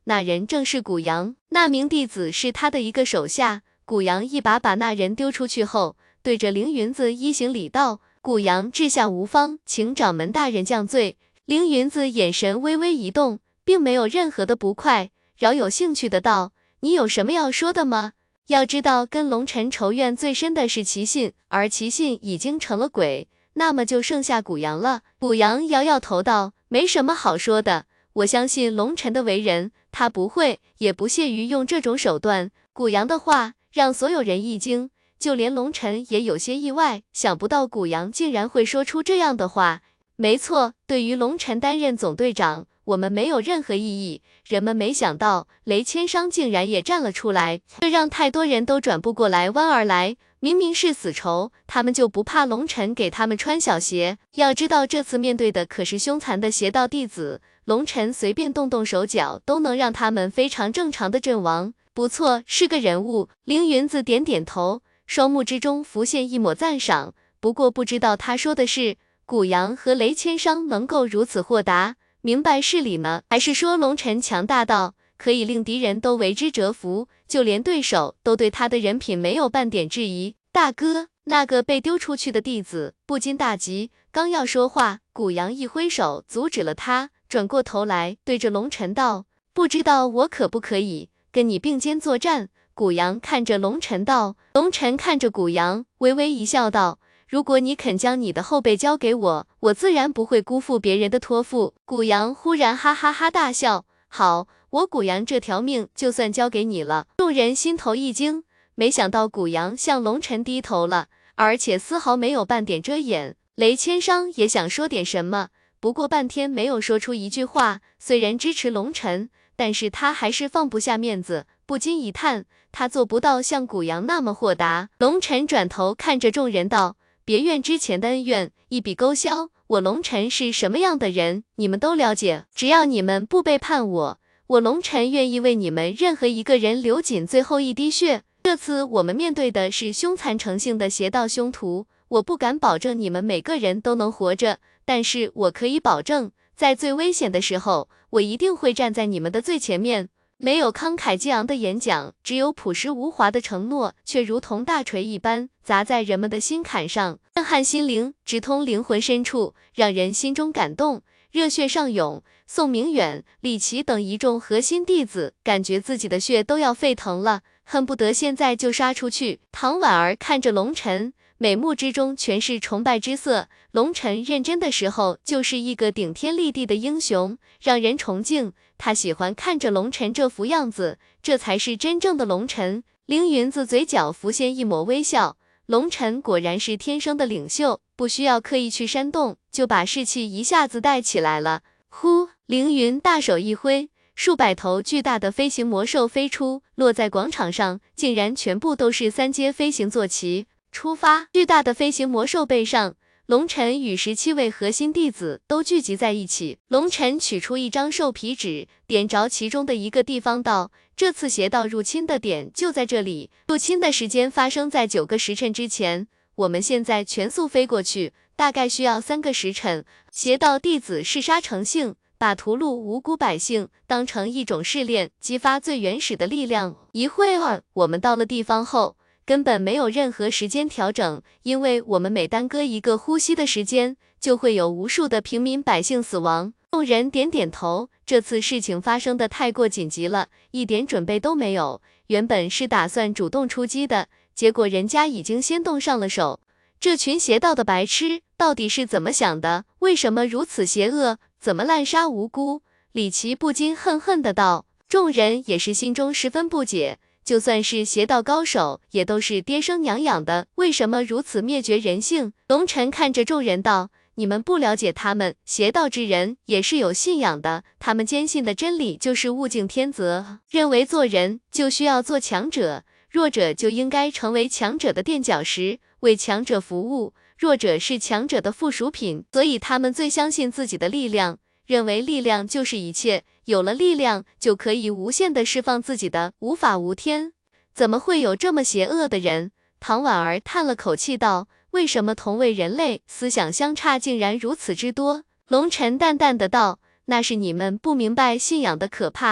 S1: 那人正是古阳，那名弟子是他的一个手下。古阳一把把那人丢出去后，对着凌云子一行礼道：“古阳治下无方，请掌门大人降罪。”凌云子眼神微微一动，并没有任何的不快，饶有兴趣的道：“你有什么要说的吗？要知道，跟龙尘仇怨最深的是齐信，而齐信已经成了鬼，那么就剩下古阳了。”古阳摇摇头道：“没什么好说的，我相信龙尘的为人，他不会，也不屑于用这种手段。”古阳的话让所有人一惊，就连龙尘也有些意外，想不到古阳竟然会说出这样的话。没错，对于龙尘担任总队长，我们没有任何异议。人们没想到雷千商竟然也站了出来，这让太多人都转不过来弯儿来。明明是死仇，他们就不怕龙尘给他们穿小鞋？要知道这次面对的可是凶残的邪道弟子，龙尘随便动动手脚都能让他们非常正常的阵亡。不错，是个人物。凌云子点点头，双目之中浮现一抹赞赏。不过不知道他说的是古阳和雷千商能够如此豁达，明白事理呢，还是说龙尘强大到可以令敌人都为之折服，就连对手都对他的人品没有半点质疑？大哥，那个被丢出去的弟子不禁大急，刚要说话，古阳一挥手阻止了他，转过头来对着龙尘道：“不知道我可不可以跟你并肩作战？”古阳看着龙尘道，龙尘看着古阳，微微一笑道：“如果你肯将你的后辈交给我，我自然不会辜负别人的托付。”古阳忽然哈哈哈大笑：“好，我古阳这条命就算交给你了。”众人心头一惊，没想到古阳向龙尘低头了，而且丝毫没有半点遮掩。雷千商也想说点什么，不过半天没有说出一句话。虽然支持龙尘，但是他还是放不下面子，不禁一叹，他做不到像古阳那么豁达。龙尘转头看着众人道：“别怨之前的恩怨，一笔勾销。我龙尘是什么样的人，你们都了解。只要你们不背叛我，我龙尘愿意为你们任何一个人流尽最后一滴血。这次我们面对的是凶残成性的邪道凶徒，我不敢保证你们每个人都能活着，但是我可以保证，在最危险的时候，我一定会站在你们的最前面。”没有慷慨激昂的演讲，只有朴实无华的承诺，却如同大锤一般砸在人们的心坎上，震撼心灵，直通灵魂深处，让人心中感动，热血上涌。宋明远、李琦等一众核心弟子感觉自己的血都要沸腾了，恨不得现在就杀出去。唐婉儿看着龙尘，美目之中全是崇拜之色。龙尘认真的时候就是一个顶天立地的英雄，让人崇敬。他喜欢看着龙尘这副样子，这才是真正的龙尘。凌云子嘴角浮现一抹微笑，龙尘果然是天生的领袖，不需要刻意去煽动，就把士气一下子带起来了。呼，凌云大手一挥，数百头巨大的飞行魔兽飞出，落在广场上，竟然全部都是三阶飞行坐骑。出发！巨大的飞行魔兽背上，龙尘与十七位核心弟子都聚集在一起。龙尘取出一张兽皮纸，点着其中的一个地方道：“这次邪道入侵的点就在这里，入侵的时间发生在九个时辰之前，我们现在全速飞过去，大概需要三个时辰。邪道弟子嗜杀成性，把屠戮无辜百姓当成一种试炼，激发最原始的力量。一会儿，我们到了地方后，根本没有任何时间调整，因为我们每耽搁一个呼吸的时间，就会有无数的平民百姓死亡。”众人点点头，这次事情发生的太过紧急了，一点准备都没有。原本是打算主动出击的，结果人家已经先动上了手。这群邪道的白痴到底是怎么想的？为什么如此邪恶？怎么滥杀无辜？李琦不禁恨恨的道。众人也是心中十分不解。就算是邪道高手，也都是爹生娘养的，为什么如此灭绝人性？龙尘看着众人道：“你们不了解他们，邪道之人也是有信仰的，他们坚信的真理就是物竞天择，认为做人就需要做强者，弱者就应该成为强者的垫脚石，为强者服务，弱者是强者的附属品，所以他们最相信自己的力量。”认为力量就是一切，有了力量就可以无限的释放自己的无法无天。怎么会有这么邪恶的人？唐婉儿叹了口气道：“为什么同为人类，思想相差竟然如此之多？”龙尘淡淡的道：“那是你们不明白信仰的可怕，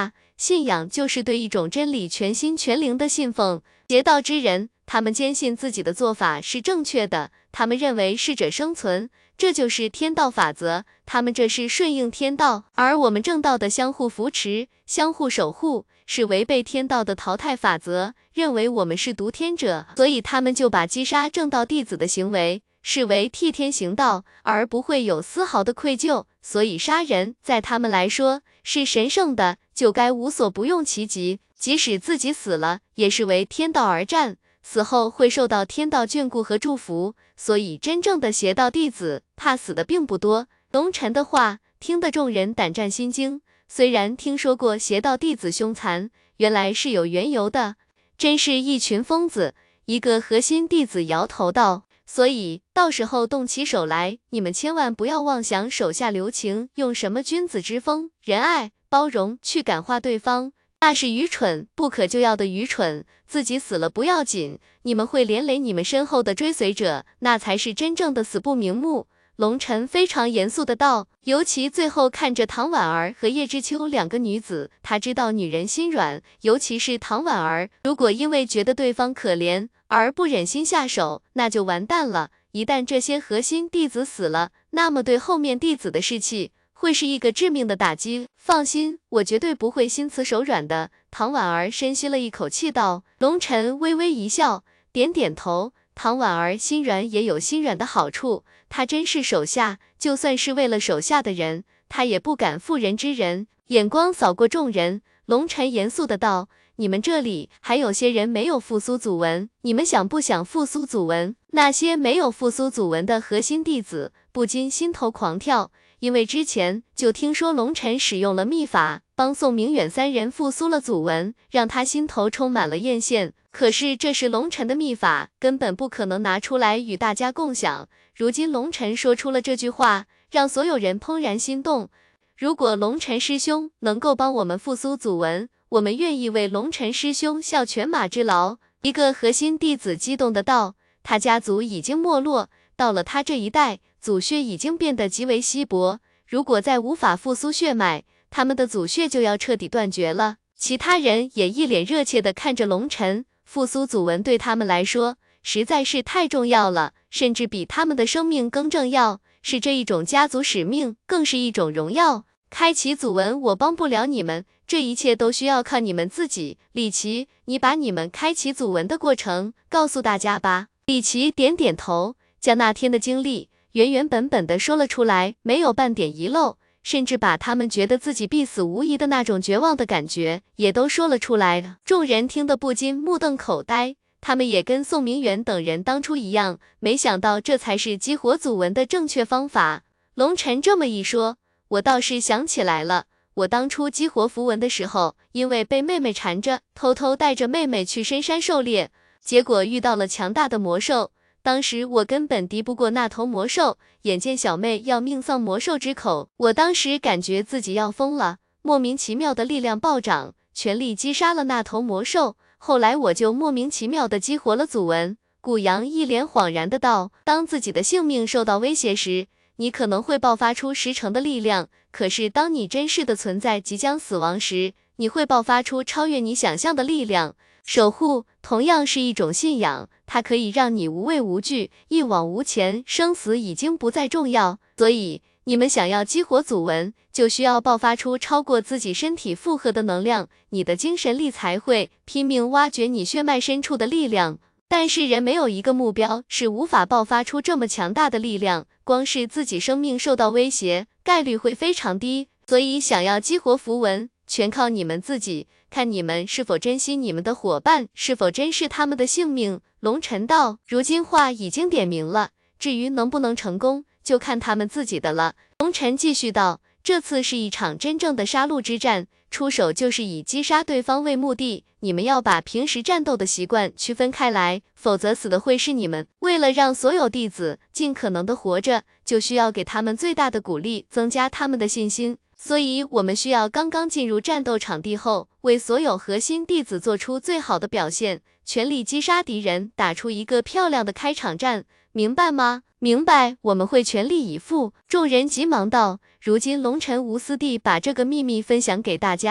S1: 信仰就是对一种真理全心全灵的信奉。邪道之人，他们坚信自己的做法是正确的，他们认为适者生存，这就是天道法则，他们这是顺应天道，而我们正道的相互扶持、相互守护，是违背天道的淘汰法则，认为我们是独天者，所以他们就把击杀正道弟子的行为视为替天行道，而不会有丝毫的愧疚，所以杀人在他们来说是神圣的，就该无所不用其极，即使自己死了，也是为天道而战，死后会受到天道眷顾和祝福，所以真正的邪道弟子怕死的并不多。龙晨的话听得众人胆战心惊，虽然听说过邪道弟子凶残，原来是有缘由的，真是一群疯子。一个核心弟子摇头道，所以到时候动起手来，你们千万不要妄想手下留情，用什么君子之风、仁爱、包容去感化对方，那是愚蠢，不可救药的愚蠢。自己死了不要紧，你们会连累你们身后的追随者，那才是真正的死不瞑目。龙晨非常严肃的道，尤其最后看着唐婉儿和叶知秋两个女子，他知道女人心软，尤其是唐婉儿，如果因为觉得对方可怜而不忍心下手，那就完蛋了。一旦这些核心弟子死了，那么对后面弟子的士气会是一个致命的打击。放心，我绝对不会心慈手软的。唐婉儿深吸了一口气道。龙晨微微一笑，点点头。唐婉儿心软也有心软的好处，她真是手下，就算是为了手下的人，她也不敢妇人之仁。眼光扫过众人，龙晨严肃的道，你们这里还有些人没有复苏祖文，你们想不想复苏祖文？那些没有复苏祖文的核心弟子不禁心头狂跳，因为之前就听说龙晨使用了秘法，帮宋明远三人复苏了祖文，让他心头充满了艳羡。可是这是龙晨的秘法，根本不可能拿出来与大家共享。如今龙晨说出了这句话，让所有人怦然心动。如果龙晨师兄能够帮我们复苏祖文，我们愿意为龙晨师兄效犬马之劳。一个核心弟子激动的道，他家族已经没落，到了他这一代，祖血已经变得极为稀薄，如果再无法复苏血脉，他们的祖血就要彻底断绝了。其他人也一脸热切地看着龙晨，复苏祖文对他们来说实在是太重要了，甚至比他们的生命更重要，是这一种家族使命，更是一种荣耀。开启祖文我帮不了你们，这一切都需要靠你们自己。李琦，你把你们开启祖文的过程告诉大家吧。李琦点点头，将那天的经历原原本本的说了出来，没有半点遗漏，甚至把他们觉得自己必死无疑的那种绝望的感觉也都说了出来。众人听得不禁目瞪口呆，他们也跟宋明远等人当初一样，没想到这才是激活祖文的正确方法。龙晨这么一说，我倒是想起来了，我当初激活符文的时候，因为被妹妹缠着，偷偷带着妹妹去深山狩猎，结果遇到了强大的魔兽，当时我根本敌不过那头魔兽，眼见小妹要命丧魔兽之口，我当时感觉自己要疯了，莫名其妙的力量暴涨，全力击杀了那头魔兽，后来我就莫名其妙的激活了祖文。古阳一脸恍然的道，当自己的性命受到威胁时，你可能会爆发出十成的力量，可是当你真实的存在即将死亡时，你会爆发出超越你想象的力量。守护同样是一种信仰，它可以让你无畏无惧，一往无前，生死已经不再重要。所以你们想要激活祖文，就需要爆发出超过自己身体负荷的能量，你的精神力才会拼命挖掘你血脉深处的力量。但是人没有一个目标是无法爆发出这么强大的力量，光是自己生命受到威胁，概率会非常低。所以想要激活符文，全靠你们自己，看你们是否珍惜你们的伙伴，是否珍视他们的性命。龙晨道，如今话已经点明了，至于能不能成功，就看他们自己的了。龙晨继续道，这次是一场真正的杀戮之战，出手就是以击杀对方为目的，你们要把平时战斗的习惯区分开来，否则死的会是你们。为了让所有弟子尽可能的活着，就需要给他们最大的鼓励，增加他们的信心。所以我们需要刚刚进入战斗场地后，为所有核心弟子做出最好的表现，全力击杀敌人，打出一个漂亮的开场战，明白吗？明白，我们会全力以赴。众人急忙道，如今龙晨无私地把这个秘密分享给大家，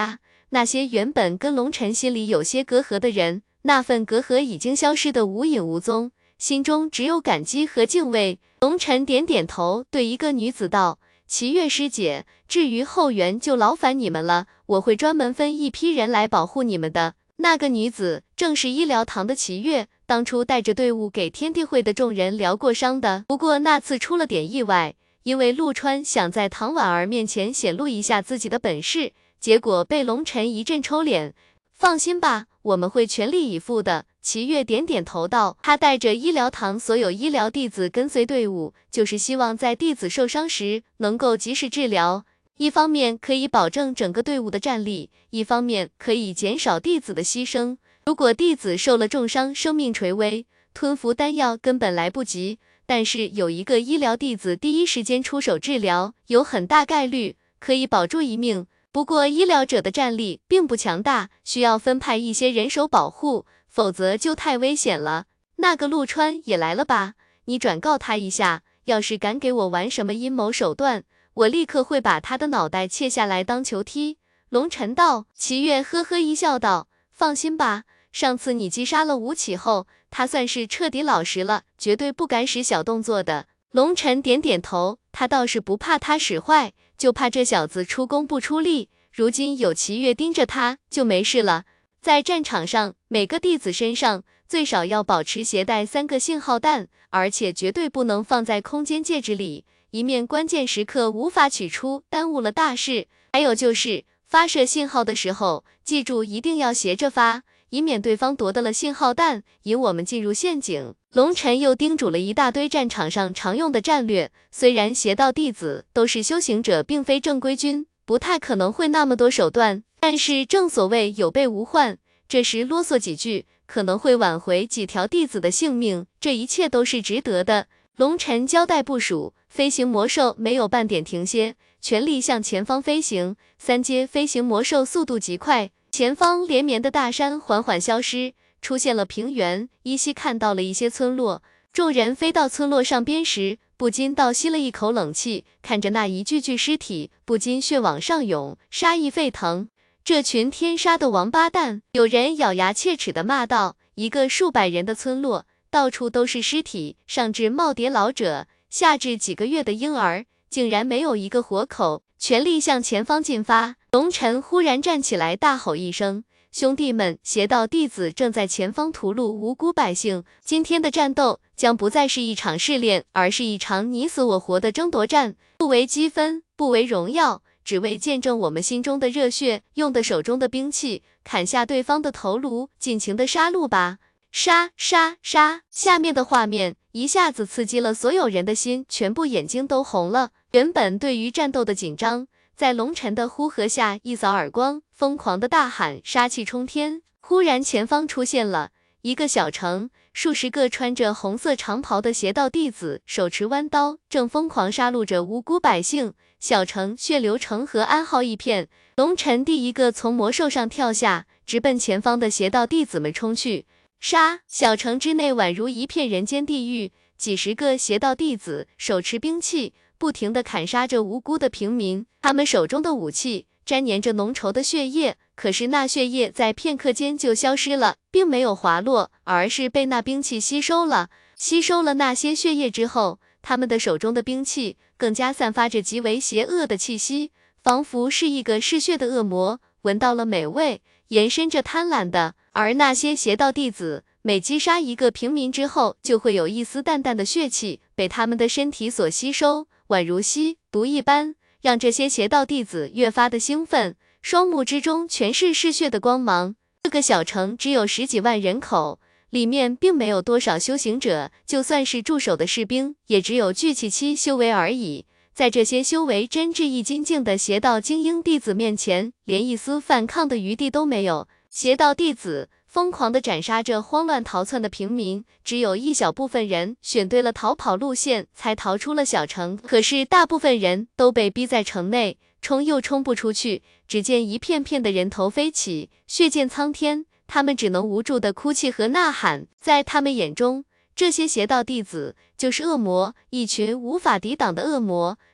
S1: 那些原本跟龙晨心里有些隔阂的人，那份隔阂已经消失得无影无踪，心中只有感激和敬畏。龙晨点点头，对一个女子道：齐月师姐，至于后援就劳烦你们了，我会专门分一批人来保护你们的。那个女子正是医疗堂的齐月，当初带着队伍给天地会的众人疗过伤的，不过那次出了点意外，因为陆川想在唐婉儿面前显露一下自己的本事，结果被龙晨一阵抽脸。放心吧，我们会全力以赴的。齐月点点头道，他带着医疗堂所有医疗弟子跟随队伍，就是希望在弟子受伤时能够及时治疗，一方面可以保证整个队伍的战力，一方面可以减少弟子的牺牲。如果弟子受了重伤，生命垂危，吞服丹药根本来不及，但是有一个医疗弟子第一时间出手治疗，有很大概率可以保住一命。不过医疗者的战力并不强大，需要分派一些人手保护，否则就太危险了。那个陆川也来了吧？你转告他一下，要是敢给我玩什么阴谋手段，我立刻会把他的脑袋切下来当球踢。龙晨道。齐月呵呵一笑道，放心吧，上次你击杀了吴起后，他算是彻底老实了，绝对不敢使小动作的。龙晨点点头，他倒是不怕他使坏，就怕这小子出工不出力，如今有齐月盯着他，就没事了。在战场上，每个弟子身上最少要保持携带三个信号弹，而且绝对不能放在空间戒指里，以免关键时刻无法取出，耽误了大事。还有就是发射信号的时候，记住一定要斜着发，以免对方夺得了信号弹，引我们进入陷阱。龙晨又叮嘱了一大堆战场上常用的战略，虽然邪道弟子都是修行者，并非正规军，不太可能会那么多手段，但是正所谓有备无患，这时啰嗦几句，可能会挽回几条弟子的性命，这一切都是值得的。龙晨交代部署，飞行魔兽没有半点停歇，全力向前方飞行，三阶飞行魔兽速度极快，前方连绵的大山缓缓消失，出现了平原，依稀看到了一些村落。众人飞到村落上边时，不禁倒吸了一口冷气，看着那一具具尸体，不禁血往上涌，杀意沸腾。这群天杀的王八蛋！有人咬牙切齿地骂道。一个数百人的村落，到处都是尸体，上至耄耋老者，下至几个月的婴儿，竟然没有一个活口，全力向前方进发。龙晨忽然站起来，大吼一声，兄弟们，邪道弟子正在前方屠戮无辜百姓，今天的战斗将不再是一场试炼，而是一场你死我活的争夺战，不为积分，不为荣耀，只为见证我们心中的热血，用的手中的兵器，砍下对方的头颅，尽情的杀戮吧！杀杀杀！下面的画面一下子刺激了所有人的心，全部眼睛都红了。原本对于战斗的紧张，在龙晨的呼喝下一扫而光，疯狂的大喊，杀气冲天。忽然前方出现了一个小城，数十个穿着红色长袍的邪道弟子，手持弯刀，正疯狂杀戮着无辜百姓。小城血流成河，哀嚎一片。龙晨第一个从魔兽上跳下，直奔前方的邪道弟子们冲去。杀！小城之内宛如一片人间地狱，几十个邪道弟子手持兵器，不停地砍杀着无辜的平民。他们手中的武器沾黏着浓稠的血液，可是那血液在片刻间就消失了，并没有滑落，而是被那兵器吸收了。吸收了那些血液之后，他们的手中的兵器更加散发着极为邪恶的气息，仿佛是一个嗜血的恶魔，闻到了美味，延伸着贪婪的。而那些邪道弟子每击杀一个平民之后，就会有一丝淡淡的血气被他们的身体所吸收，宛如吸毒一般，让这些邪道弟子越发的兴奋，双目之中全是嗜血的光芒。这个小城只有十几万人口，里面并没有多少修行者，就算是驻守的士兵，也只有聚气期修为而已。在这些修为真至一精进的邪道精英弟子面前，连一丝反抗的余地都没有。邪道弟子疯狂地斩杀着慌乱逃窜的平民，只有一小部分人选对了逃跑路线，才逃出了小城。可是大部分人都被逼在城内，冲又冲不出去。只见一片片的人头飞起，血溅苍天，他们只能无助地哭泣和呐喊。在他们眼中，这些邪道弟子就是恶魔，一群无法抵挡的恶魔。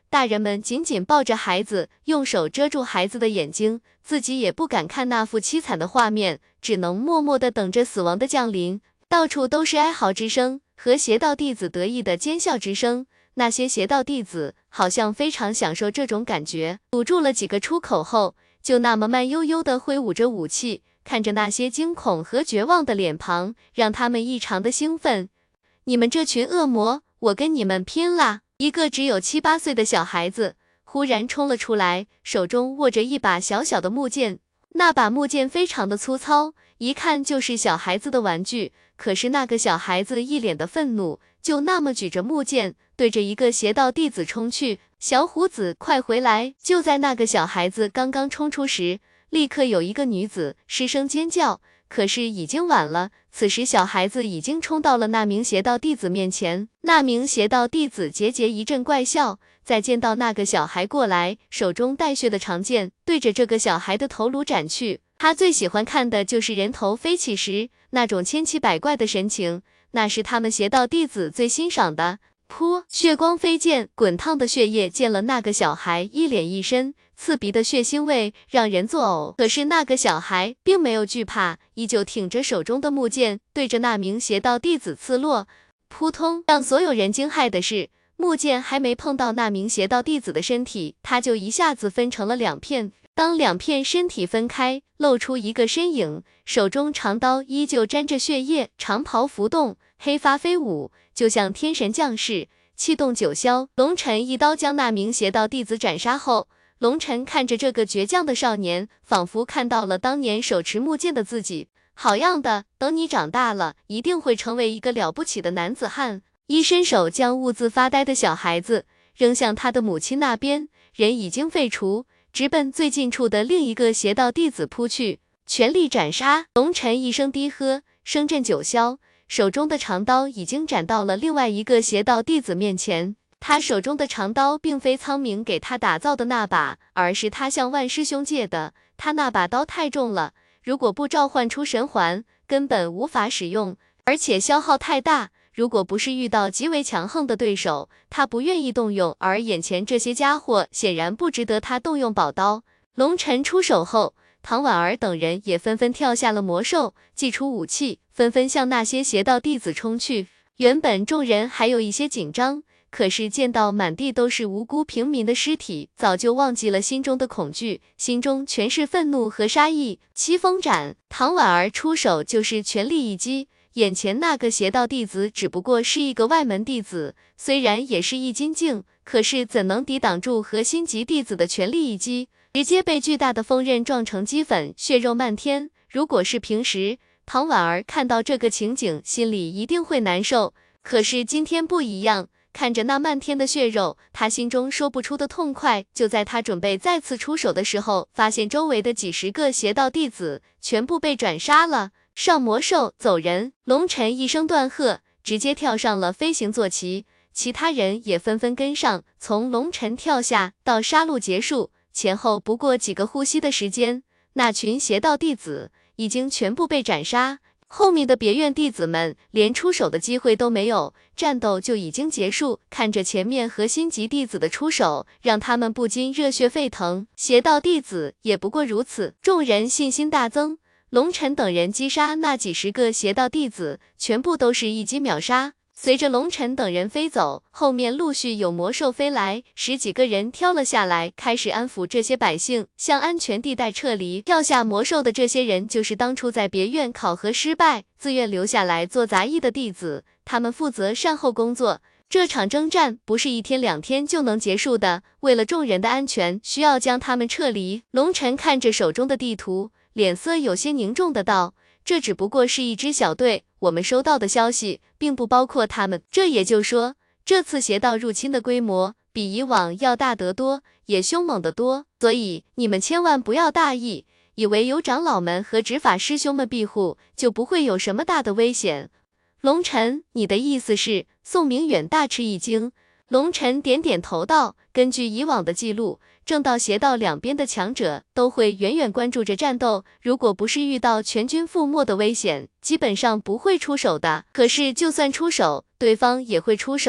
S1: 大人们紧紧抱着孩子，用手遮住孩子的眼睛，自己也不敢看那副凄惨的画面，只能默默地等着死亡的降临。到处都是哀嚎之声和邪道弟子得意的尖笑之声，那些邪道弟子好像非常享受这种感觉，堵住了几个出口后，就那么慢悠悠地挥舞着武器，看着那些惊恐和绝望的脸庞，让他们异常的兴奋。你们这群恶魔，我跟你们拼啦！一个只有七八岁的小孩子忽然冲了出来，手中握着一把小小的木剑，那把木剑非常的粗糙，一看就是小孩子的玩具。可是那个小孩子一脸的愤怒，就那么举着木剑，对着一个邪道弟子冲去。小虎子，快回来！就在那个小孩子刚刚冲出时，立刻有一个女子失声尖叫，可是已经晚了。此时小孩子已经冲到了那名邪道弟子面前，那名邪道弟子桀桀一阵怪笑，再见到那个小孩过来，手中带血的长剑对着这个小孩的头颅斩去。他最喜欢看的就是人头飞起时那种千奇百怪的神情，那是他们邪道弟子最欣赏的。噗，血光飞溅，滚烫的血液溅了那个小孩一脸一身，刺鼻的血腥味让人作呕。可是那个小孩并没有惧怕，依旧挺着手中的木剑，对着那名邪道弟子刺落。扑通！让所有人惊骇的是，木剑还没碰到那名邪道弟子的身体，他就一下子分成了两片。当两片身体分开，露出一个身影，手中长刀依旧沾着血液，长袍浮动，黑发飞舞，就像天神降世，气动九霄。龙尘一刀将那名邪道弟子斩杀后，龙尘看着这个倔强的少年，仿佛看到了当年手持木剑的自己。好样的，等你长大了，一定会成为一个了不起的男子汉。一伸手将兀自发呆的小孩子扔向他的母亲那边，人已经废除，直奔最近处的另一个邪道弟子扑去，全力斩杀。龙尘一声低喝，声震九霄，手中的长刀已经斩到了另外一个邪道弟子面前。他手中的长刀并非苍冥给他打造的那把，而是他向万师兄借的。他那把刀太重了，如果不召唤出神环，根本无法使用，而且消耗太大。如果不是遇到极为强横的对手，他不愿意动用，而眼前这些家伙显然不值得他动用宝刀。龙尘出手后，唐婉儿等人也纷纷跳下了魔兽，祭出武器，纷纷向那些邪道弟子冲去。原本众人还有一些紧张，可是见到满地都是无辜平民的尸体，早就忘记了心中的恐惧，心中全是愤怒和杀意。七风斩，唐婉儿出手就是全力一击。眼前那个邪道弟子只不过是一个外门弟子，虽然也是一金境，可是怎能抵挡住核心级弟子的全力一击，直接被巨大的锋刃撞成齑粉，血肉漫天。如果是平时，唐婉儿看到这个情景，心里一定会难受，可是今天不一样，看着那漫天的血肉，他心中说不出的痛快。就在他准备再次出手的时候，发现周围的几十个邪道弟子全部被斩杀了。上魔兽，走人！龙尘一声断喝，直接跳上了飞行坐骑，其他人也纷纷跟上。从龙尘跳下到杀戮结束，前后不过几个呼吸的时间，那群邪道弟子已经全部被斩杀。后面的别院弟子们连出手的机会都没有，战斗就已经结束。看着前面核心级弟子的出手，让他们不禁热血沸腾。邪道弟子也不过如此，众人信心大增。龙尘等人击杀那几十个邪道弟子，全部都是一击秒杀。随着龙尘等人飞走，后面陆续有魔兽飞来，十几个人挑了下来，开始安抚这些百姓，向安全地带撤离。跳下魔兽的这些人，就是当初在别院考核失败，自愿留下来做杂役的弟子，他们负责善后工作。这场征战不是一天两天就能结束的，为了众人的安全，需要将他们撤离。龙尘看着手中的地图，脸色有些凝重的道，这只不过是一支小队，我们收到的消息并不包括他们。这也就是说，这次邪道入侵的规模比以往要大得多，也凶猛得多，所以你们千万不要大意，以为有长老们和执法师兄们庇护，就不会有什么大的危险。龙尘，你的意思是？宋明远大吃一惊。龙尘点点头道，根据以往的记录，正道邪道两边的强者都会远远关注着战斗，如果不是遇到全军覆没的危险，基本上不会出手的。可是就算出手，对方也会出手，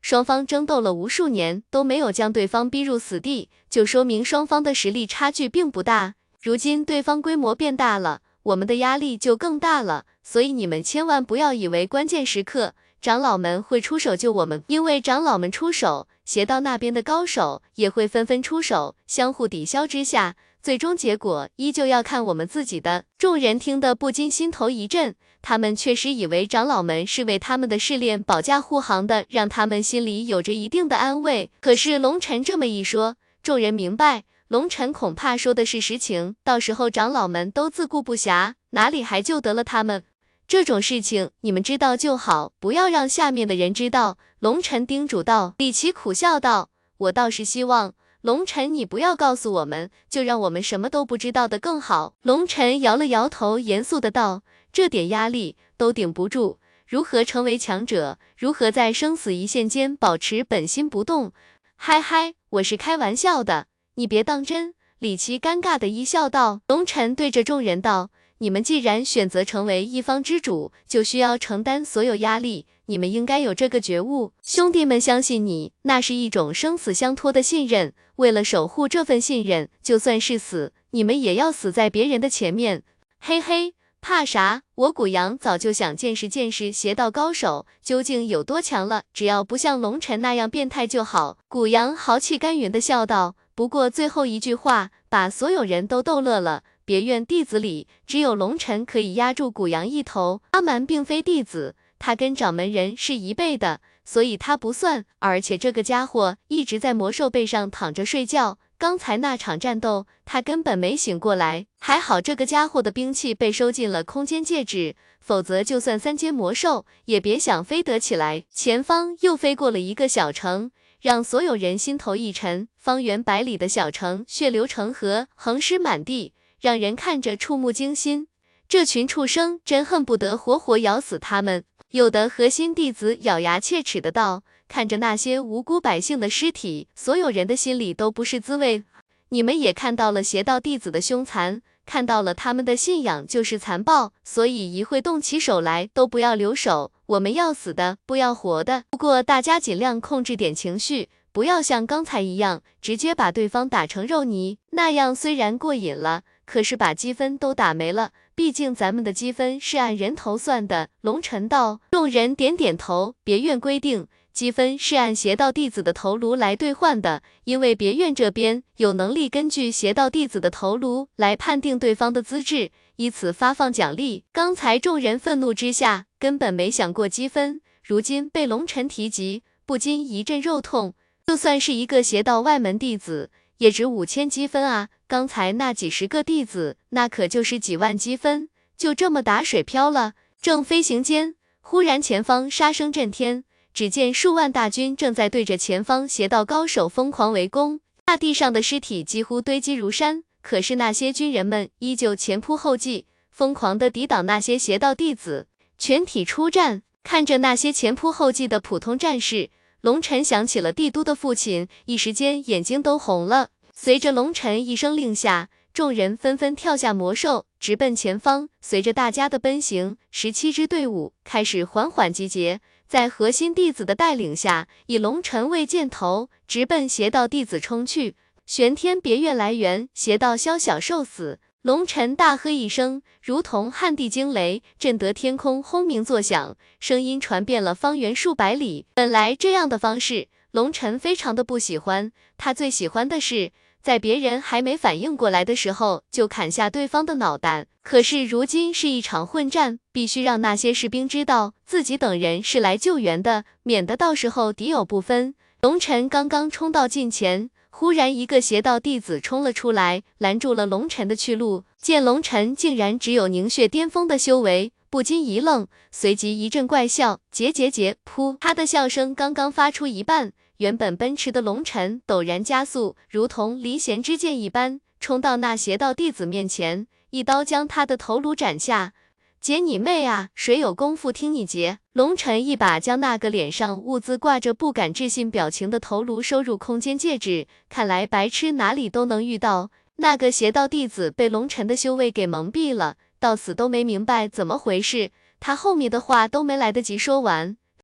S1: 双方争斗了无数年，都没有将对方逼入死地，就说明双方的实力差距并不大。如今对方规模变大了，我们的压力就更大了，所以你们千万不要以为关键时刻长老们会出手救我们，因为长老们出手，邪道那边的高手也会纷纷出手，相互抵消之下，最终结果依旧要看我们自己的。众人听得不禁心头一震，他们确实以为长老们是为他们的试炼保驾护航的，让他们心里有着一定的安慰。可是龙晨这么一说，众人明白，龙晨恐怕说的是实情，到时候长老们都自顾不暇，哪里还救得了他们？这种事情你们知道就好，不要让下面的人知道。龙晨叮嘱道。李奇苦笑道，我倒是希望龙晨你不要告诉我们，就让我们什么都不知道的更好。龙晨摇了摇头，严肃的道，这点压力都顶不住，如何成为强者？如何在生死一线间保持本心不动？嗨嗨，我是开玩笑的，你别当真。李奇尴尬的一笑道。龙晨对着众人道，你们既然选择成为一方之主，就需要承担所有压力，你们应该有这个觉悟。兄弟们相信你，那是一种生死相托的信任，为了守护这份信任，就算是死，你们也要死在别人的前面。嘿嘿，怕啥？我古阳早就想见识见识邪道高手究竟有多强了，只要不像龙晨那样变态就好。古阳豪气干云的笑道，不过最后一句话把所有人都逗乐了。别院弟子里，只有龙晨可以压住古阳一头。阿蛮并非弟子，他跟掌门人是一辈的，所以他不算。而且这个家伙一直在魔兽背上躺着睡觉，刚才那场战斗，他根本没醒过来。还好这个家伙的兵器被收进了空间戒指，否则就算三阶魔兽，也别想飞得起来。前方又飞过了一个小城，让所有人心头一沉。方圆百里的小城，血流成河，横尸满地，让人看着触目惊心。这群畜生真恨不得活活咬死他们。有的核心弟子咬牙切齿的道，看着那些无辜百姓的尸体，所有人的心里都不是滋味。你们也看到了邪道弟子的凶残，看到了他们的信仰就是残暴，所以一会动起手来都不要留手，我们要死的，不要活的。不过大家尽量控制点情绪，不要像刚才一样直接把对方打成肉泥，那样虽然过瘾了，可是把积分都打没了，毕竟咱们的积分是按人头算的。龙晨道。众人点点头，别院规定，积分是按邪道弟子的头颅来兑换的，因为别院这边有能力根据邪道弟子的头颅来判定对方的资质，以此发放奖励。刚才众人愤怒之下，根本没想过积分，如今被龙晨提及，不禁一阵肉痛。就算是一个邪道外门弟子，也值五千积分啊！刚才那几十个弟子，那可就是几万积分，就这么打水漂了。正飞行间，忽然前方杀声震天，只见数万大军正在对着前方邪道高手疯狂围攻，大地上的尸体几乎堆积如山，可是那些军人们依旧前仆后继，疯狂地抵挡那些邪道弟子，全体出战。看着那些前仆后继的普通战士，龙晨想起了帝都的父亲，一时间眼睛都红了。随着龙晨一声令下，众人纷纷跳下魔兽，直奔前方。随着大家的奔行，十七支队伍开始缓缓集结，在核心弟子的带领下，以龙晨为箭头，直奔邪道弟子冲去。玄天别院来援，邪道宵小受死。龙晨大喝一声，如同撼地惊雷，震得天空轰鸣作响，声音传遍了方圆数百里。本来这样的方式，龙晨非常的不喜欢，他最喜欢的是在别人还没反应过来的时候就砍下对方的脑袋。可是如今是一场混战，必须让那些士兵知道自己等人是来救援的，免得到时候敌友不分。龙晨刚刚冲到近前，忽然一个邪道弟子冲了出来，拦住了龙晨的去路。见龙晨竟然只有凝血巅峰的修为，不禁一愣，随即一阵怪笑，结结结，噗！他的笑声刚刚发出一半，原本奔驰的龙晨陡然加速，如同离弦之箭一般，冲到那邪道弟子面前，一刀将他的头颅斩下。截你妹啊！谁有功夫听你截？龙晨一把将那个脸上兀自挂着不敢置信表情的头颅收入空间戒指，看来白痴哪里都能遇到。那个邪道弟子被龙晨的修为给蒙蔽了，到死都没明白怎么回事，他后面的话都没来得及说完，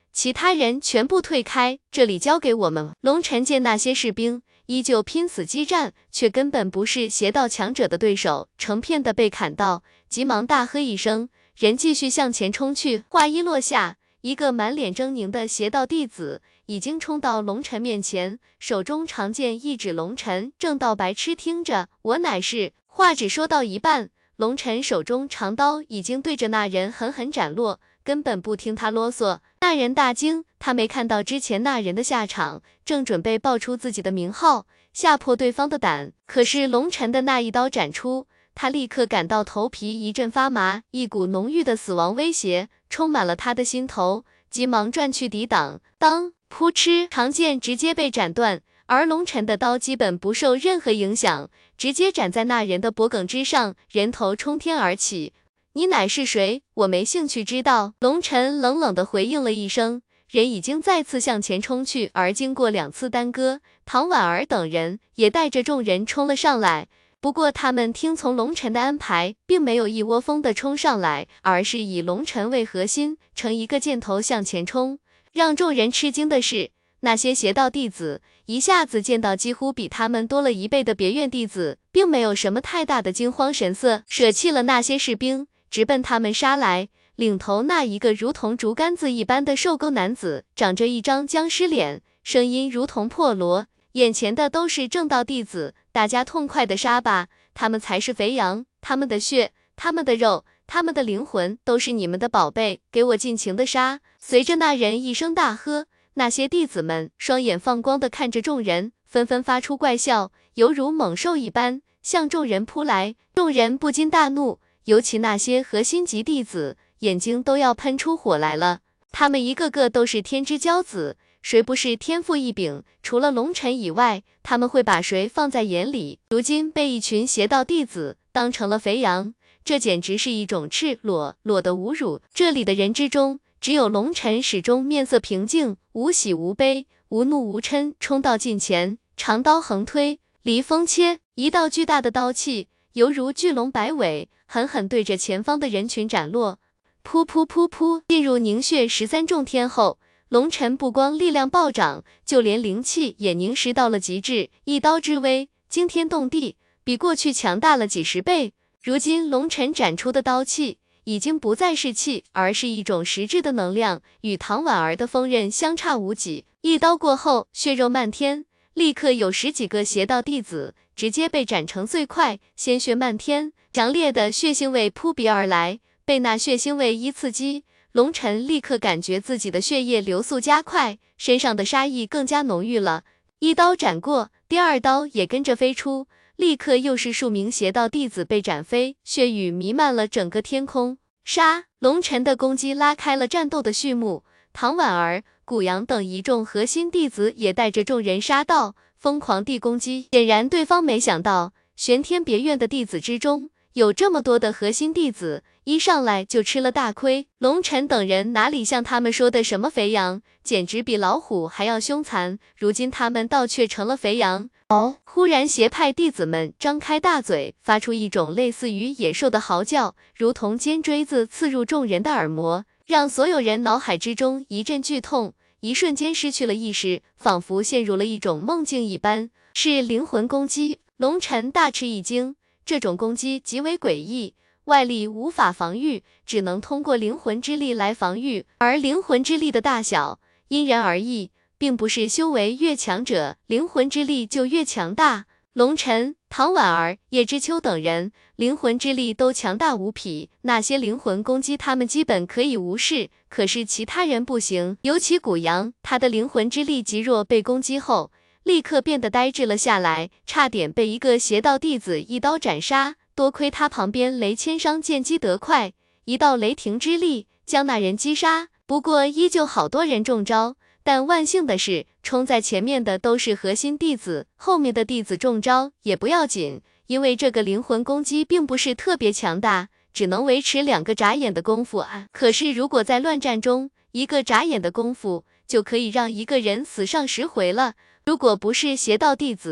S1: 其他人全部退开，这里交给我们。龙晨见那些士兵依旧拼死激战，却根本不是邪道强者的对手，成片的被砍到，急忙大喝一声，人继续向前冲去。话音落下，一个满脸狰狞的邪道弟子已经冲到龙晨面前，手中长剑一指龙晨，正道白痴听着，我乃是……话只说到一半，龙晨手中长刀已经对着那人狠狠斩落，根本不听他啰嗦。那人大惊，他没看到之前那人的下场，正准备报出自己的名号，吓破对方的胆，可是龙晨的那一刀斩出，他立刻感到头皮一阵发麻，一股浓郁的死亡威胁充满了他的心头，急忙转去抵挡。当扑哧，长剑直接被斩断，而龙晨的刀基本不受任何影响，直接斩在那人的脖颈之上，人头冲天而起。你乃是谁？我没兴趣知道。龙晨冷冷地回应了一声，人已经再次向前冲去，而经过两次耽搁，唐婉儿等人也带着众人冲了上来。不过他们听从龙晨的安排，并没有一窝蜂地冲上来，而是以龙晨为核心，呈一个箭头向前冲。让众人吃惊的是，那些邪道弟子一下子见到几乎比他们多了一倍的别院弟子，并没有什么太大的惊慌神色，舍弃了那些士兵，直奔他们杀来。领头那一个如同竹竿子一般的瘦沟男子，长着一张僵尸脸，声音如同破锣。眼前的都是正道弟子，大家痛快的杀吧，他们才是肥羊，他们的血，他们的肉，他们的灵魂都是你们的宝贝，给我尽情的杀！随着那人一声大喝，那些弟子们双眼放光的看着众人，纷纷发出怪笑，犹如猛兽一般向众人扑来。众人不禁大怒，尤其那些核心级弟子，眼睛都要喷出火来了。他们一个个都是天之骄子，谁不是天赋异禀？除了龙晨以外，他们会把谁放在眼里？如今被一群邪道弟子当成了肥羊，这简直是一种赤裸裸的侮辱。这里的人之中，只有龙晨始终面色平静，无喜无悲，无怒无嗔，冲到近前，长刀横推，离风切，一道巨大的刀气犹如巨龙摆尾，狠狠对着前方的人群斩落。噗噗噗噗，进入凝血十三重天后，龙晨不光力量暴涨，就连灵气也凝实到了极致，一刀之威惊天动地，比过去强大了几十倍。如今龙晨斩出的刀气已经不再是气，而是一种实质的能量，与唐婉儿的锋刃相差无几。一刀过后，血肉漫天，立刻有十几个邪道弟子直接被斩成碎块，鲜血漫天，强烈的血腥味扑鼻而来。被那血腥味一刺激，龙晨立刻感觉自己的血液流速加快，身上的杀意更加浓郁了。一刀斩过，第二刀也跟着飞出，立刻又是数名邪道弟子被斩飞，血雨弥漫了整个天空。杀！龙晨的攻击拉开了战斗的序幕，唐婉儿、古阳等一众核心弟子也带着众人杀到，疯狂地攻击。显然对方没想到，玄天别院的弟子之中有这么多的核心弟子，一上来就吃了大亏。龙晨等人哪里像他们说的什么肥羊，简直比老虎还要凶残，如今他们倒却成了肥羊。哦！忽然邪派弟子们张开大嘴，发出一种类似于野兽的嚎叫，如同尖锥子刺入众人的耳膜，让所有人脑海之中一阵剧痛，一瞬间失去了意识，仿佛陷入了一种梦境一般。是灵魂攻击！龙晨大吃一惊，这种攻击极为诡异，外力无法防御，只能通过灵魂之力来防御，而灵魂之力的大小因人而异，并不是修为越强者，灵魂之力就越强大。龙晨、唐婉儿、叶知秋等人灵魂之力都强大无匹，那些灵魂攻击他们基本可以无视，可是其他人不行，尤其古阳，他的灵魂之力极弱，被攻击后立刻变得呆滞了下来，差点被一个邪道弟子一刀斩杀。多亏他旁边雷千商见机得快，一道雷霆之力将那人击杀。不过依旧好多人中招，但万幸的是，冲在前面的都是核心弟子，后面的弟子中招也不要紧，因为这个灵魂攻击并不是特别强大，只能维持两个眨眼的功夫啊。可是如果在乱战中，一个眨眼的功夫就可以让一个人死上十回了。如果不是邪道弟子，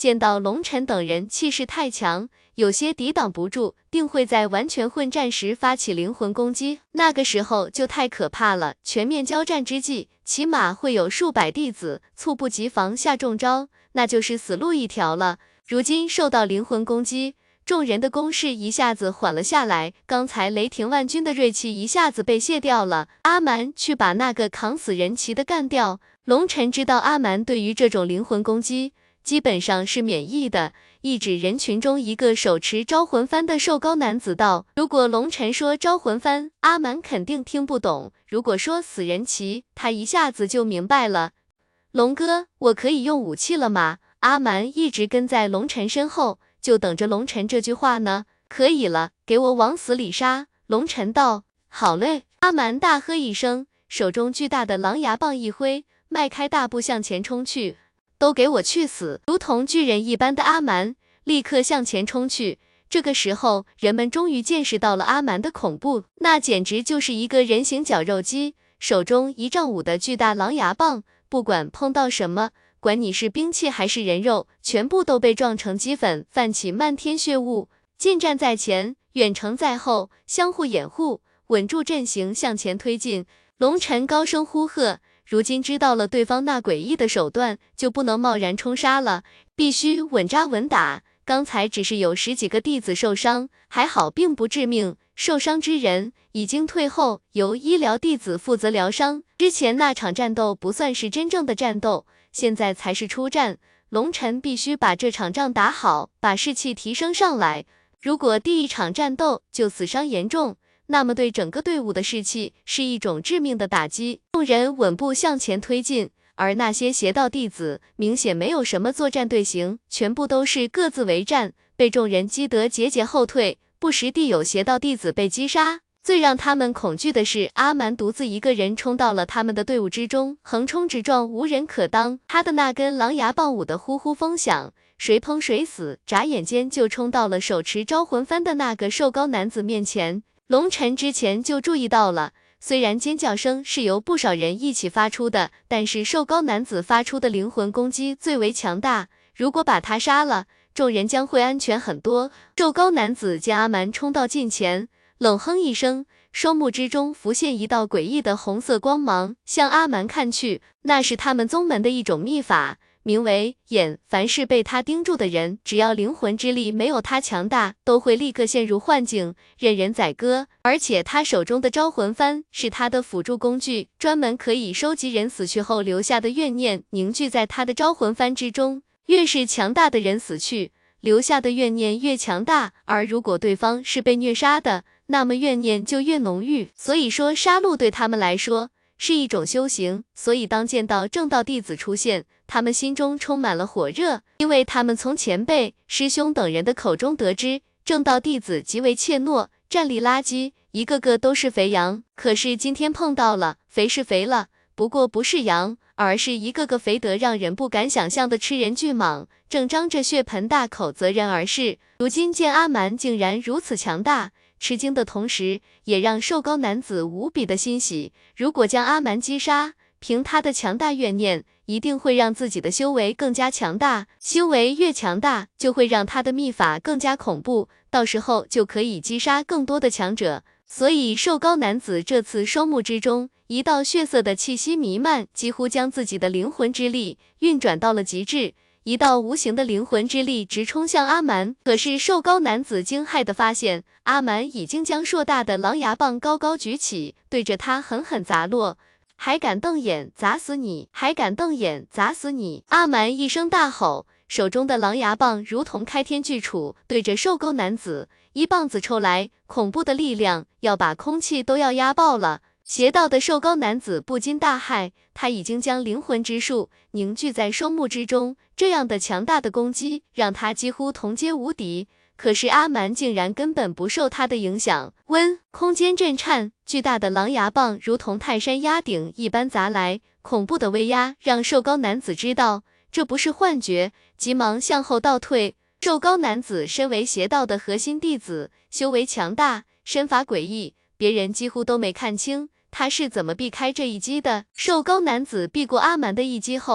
S1: 见到龙尘等人气势太强，有些抵挡不住，定会在完全混战时发起灵魂攻击，那个时候就太可怕了。全面交战之际，起码会有数百弟子猝不及防下中招，那就是死路一条了。如今受到灵魂攻击，众人的攻势一下子缓了下来，刚才雷霆万钧的锐气一下子被卸掉了。阿蛮去把那个扛死人齐的干掉。龙尘知道阿蛮对于这种灵魂攻击基本上是免疫的，一指人群中一个手持招魂幡的瘦高男子道：如果龙尘说招魂幡，阿蛮肯定听不懂；如果说死人旗，他一下子就明白了。龙哥，我可以用武器了吗？阿蛮一直跟在龙尘身后，就等着龙尘这句话呢。可以了，给我往死里杀！龙尘道。好嘞！阿蛮大喝一声，手中巨大的狼牙棒一挥，迈开大步向前冲去。都给我去死！如同巨人一般的阿蛮立刻向前冲去。这个时候，人们终于见识到了阿蛮的恐怖，那简直就是一个人形绞肉机，手中一丈五的巨大狼牙棒，不管碰到什么，管你是兵器还是人肉，全部都被撞成齑粉，泛起漫天血雾。近战在前，远程在后，相互掩护，稳住阵型向前推进。龙尘高声呼喝，如今知道了对方那诡异的手段，就不能贸然冲杀了，必须稳扎稳打。刚才只是有十几个弟子受伤，还好并不致命，受伤之人已经退后，由医疗弟子负责疗伤。之前那场战斗不算是真正的战斗，现在才是初战，龙尘必须把这场仗打好，把士气提升上来。如果第一场战斗就死伤严重，那么对整个队伍的士气是一种致命的打击。众人稳步向前推进，而那些邪道弟子明显没有什么作战队形，全部都是各自为战，被众人击得节节后退，不时地有邪道弟子被击杀。最让他们恐惧的是，阿蛮独自一个人冲到了他们的队伍之中，横冲直撞，无人可当。他的那根狼牙棒舞得呼呼风响，谁碰谁死，眨眼间就冲到了手持招魂幡的那个瘦高男子面前。龙尘之前就注意到了，虽然尖叫声是由不少人一起发出的，但是瘦高男子发出的灵魂攻击最为强大，如果把他杀了，众人将会安全很多。瘦高男子见阿蛮冲到近前，冷哼一声，双目之中浮现一道诡异的红色光芒，向阿蛮看去，那是他们宗门的一种秘法，名为眼，凡是被他盯住的人，只要灵魂之力没有他强大，都会立刻陷入幻境，任人宰割。而且他手中的招魂幡是他的辅助工具，专门可以收集人死去后留下的怨念，凝聚在他的招魂幡之中。越是强大的人死去，留下的怨念越强大，而如果对方是被虐杀的，那么怨念就越浓郁。所以说，杀戮对他们来说是一种修行，所以当见到正道弟子出现，他们心中充满了火热，因为他们从前辈、师兄等人的口中得知，正道弟子极为怯懦，战力垃圾，一个个都是肥羊。可是今天碰到了，肥是肥了，不过不是羊，而是一个个肥得让人不敢想象的吃人巨蟒，正张着血盆大口择人而噬。如今见阿蛮竟然如此强大，吃惊的同时，也让瘦高男子无比的欣喜。如果将阿蛮击杀，凭他的强大怨念，一定会让自己的修为更加强大。修为越强大，就会让他的秘法更加恐怖，到时候就可以击杀更多的强者。所以瘦高男子这次双目之中，一道血色的气息弥漫，几乎将自己的灵魂之力运转到了极致。一道无形的灵魂之力直冲向阿蛮，可是瘦高男子惊骇地发现，阿蛮已经将硕大的狼牙棒高高举起，对着他狠狠砸落。还敢瞪眼，砸死你！还敢瞪眼，砸死你！阿蛮一声大吼，手中的狼牙棒如同开天巨杵，对着瘦高男子一棒子抽来，恐怖的力量要把空气都要压爆了。邪道的瘦高男子不禁大骇，他已经将灵魂之术凝聚在双目之中，这样的强大的攻击让他几乎同阶无敌。可是阿蛮竟然根本不受他的影响，温，空间震颤，巨大的狼牙棒如同泰山压顶一般砸来，恐怖的威压让瘦高男子知道这不是幻觉，急忙向后倒退。瘦高男子身为邪道的核心弟子，修为强大，身法诡异，别人几乎都没看清他是怎么避开这一击的。瘦高男子避过阿蛮的一击后，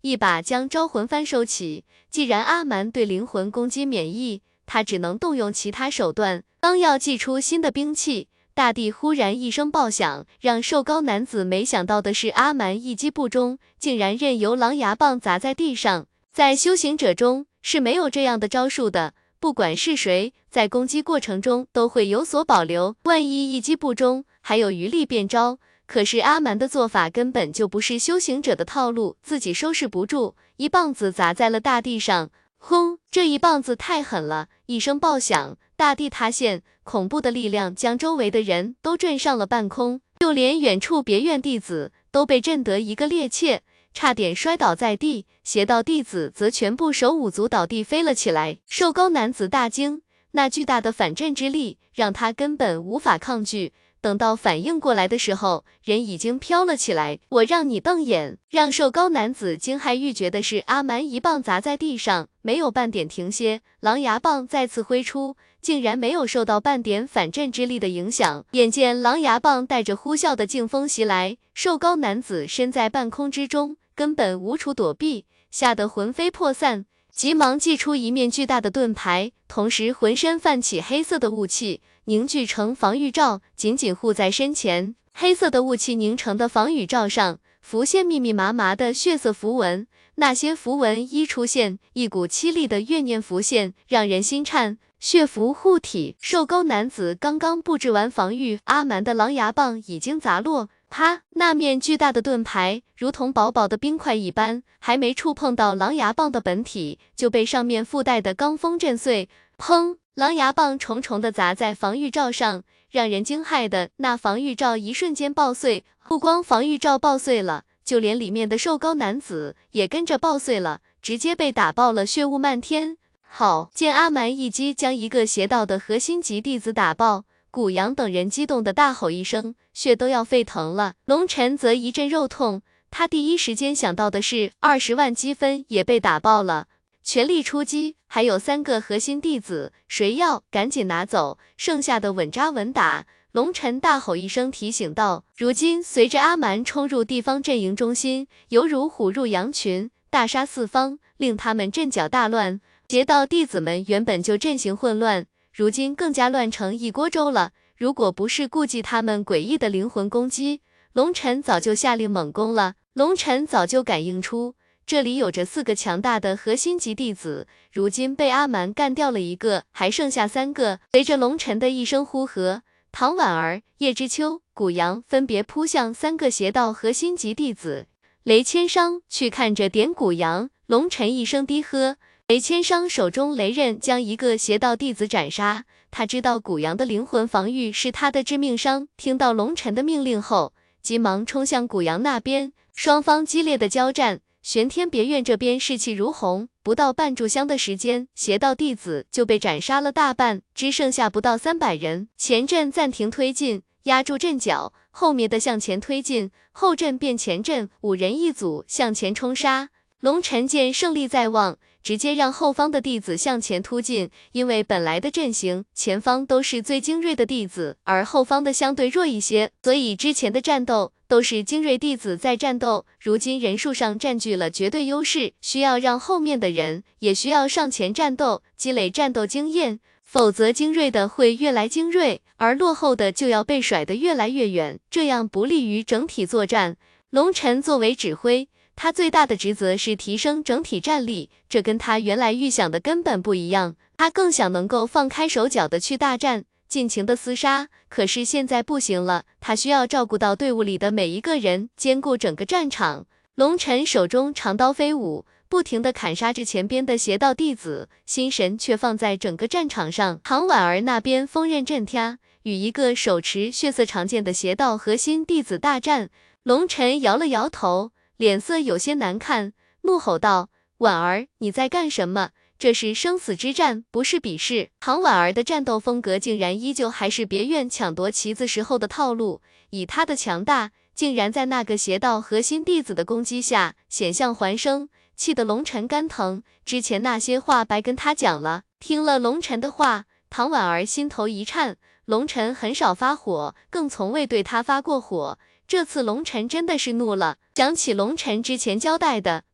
S1: 一把将招魂幡收起。既然阿蛮对灵魂攻击免疫，他只能动用其他手段。刚要祭出新的兵器，大地忽然一声爆响，让瘦高男子没想到的是，阿蛮一击不中，竟然任由狼牙棒砸在地上。在修行者中是没有这样的招数的，不管是谁，在攻击过程中都会有所保留，万一一击不中，还有余力变招。可是阿蛮的做法根本就不是修行者的套路，自己收拾不住，一棒子砸在了大地上。轰！这一棒子太狠了，一声爆响，大地塌陷，恐怖的力量将周围的人都震上了半空，就连远处别院弟子都被震得一个趔趄，差点摔倒在地。邪道弟子则全部手舞足蹈地飞了起来。瘦高男子大惊，那巨大的反震之力让他根本无法抗拒。等到反应过来的时候，人已经飘了起来。我让你瞪眼！让瘦高男子惊骇欲绝的是，阿蛮一棒砸在地上，没有半点停歇，狼牙棒再次挥出，竟然没有受到半点反震之力的影响。眼见狼牙棒带着呼啸的劲风袭来，瘦高男子身在半空之中，根本无处躲避，吓得魂飞魄散。急忙祭出一面巨大的盾牌，同时浑身泛起黑色的雾气，凝聚成防御罩，紧紧护在身前。黑色的雾气凝成的防御罩上，浮现密密麻麻的血色符文，那些符文一出现，一股凄厉的怨念浮现，让人心颤。血符护体，瘦高男子刚刚布置完防御，阿蛮的狼牙棒已经砸落。啪！那面巨大的盾牌如同薄薄的冰块一般，还没触碰到狼牙棒的本体，就被上面附带的罡风震碎。砰！狼牙棒重重的砸在防御罩上，让人惊骇的那防御罩一瞬间爆碎。不光防御罩爆碎了，就连里面的瘦高男子也跟着爆碎了，直接被打爆了，血雾漫天。好！见阿蛮一击将一个邪道的核心级弟子打爆，古阳等人激动的大吼一声，血都要沸腾了。龙晨则一阵肉痛，他第一时间想到的是二十万积分也被打爆了，全力出击，还有三个核心弟子，谁要赶紧拿走，剩下的稳扎稳打。龙晨大吼一声提醒道，如今随着阿蛮冲入地方阵营中心，犹如虎入羊群，大杀四方，令他们阵脚大乱。邪道弟子们原本就阵型混乱，如今更加乱成一锅粥了。如果不是顾忌他们诡异的灵魂攻击，龙晨早就下令猛攻了。龙晨早就感应出这里有着四个强大的核心级弟子，如今被阿蛮干掉了一个，还剩下三个。随着龙晨的一声呼喝，唐婉儿、叶知秋、古阳分别扑向三个邪道核心级弟子。雷千商去看着点古阳，龙晨一声低喝。雷千商手中雷刃将一个邪道弟子斩杀，他知道古阳的灵魂防御是他的致命伤，听到龙晨的命令后，急忙冲向古阳那边，双方激烈的交战。玄天别院这边士气如虹，不到半炷香的时间，邪道弟子就被斩杀了大半，只剩下不到三百人。前阵暂停推进，压住阵脚，后面的向前推进，后阵变前阵，五人一组向前冲杀。龙晨见胜利在望，直接让后方的弟子向前突进，因为本来的阵型前方都是最精锐的弟子，而后方的相对弱一些，所以之前的战斗都是精锐弟子在战斗，如今人数上占据了绝对优势，需要让后面的人也需要上前战斗，积累战斗经验，否则精锐的会越来精锐，而落后的就要被甩得越来越远，这样不利于整体作战。龙晨作为指挥，他最大的职责是提升整体战力，这跟他原来预想的根本不一样。他更想能够放开手脚的去大战，尽情的厮杀。可是现在不行了，他需要照顾到队伍里的每一个人，兼顾整个战场。龙晨手中长刀飞舞，不停地砍杀着前边的邪道弟子，心神却放在整个战场上。唐婉儿那边锋刃阵挑，与一个手持血色长剑的邪道核心弟子大战。龙晨摇了摇头，脸色有些难看，怒吼道：“婉儿，你在干什么？这是生死之战，不是比试。”唐婉儿的战斗风格竟然依旧还是别院抢夺旗子时候的套路，以她的强大，竟然在那个邪道核心弟子的攻击下险象环生，气得龙晨肝疼。之前那些话白跟他讲了。听了龙晨的话，唐婉儿心头一颤。龙晨很少发火，更从未对他发过火。这次龙晨真的是怒了，想起龙晨之前交代的，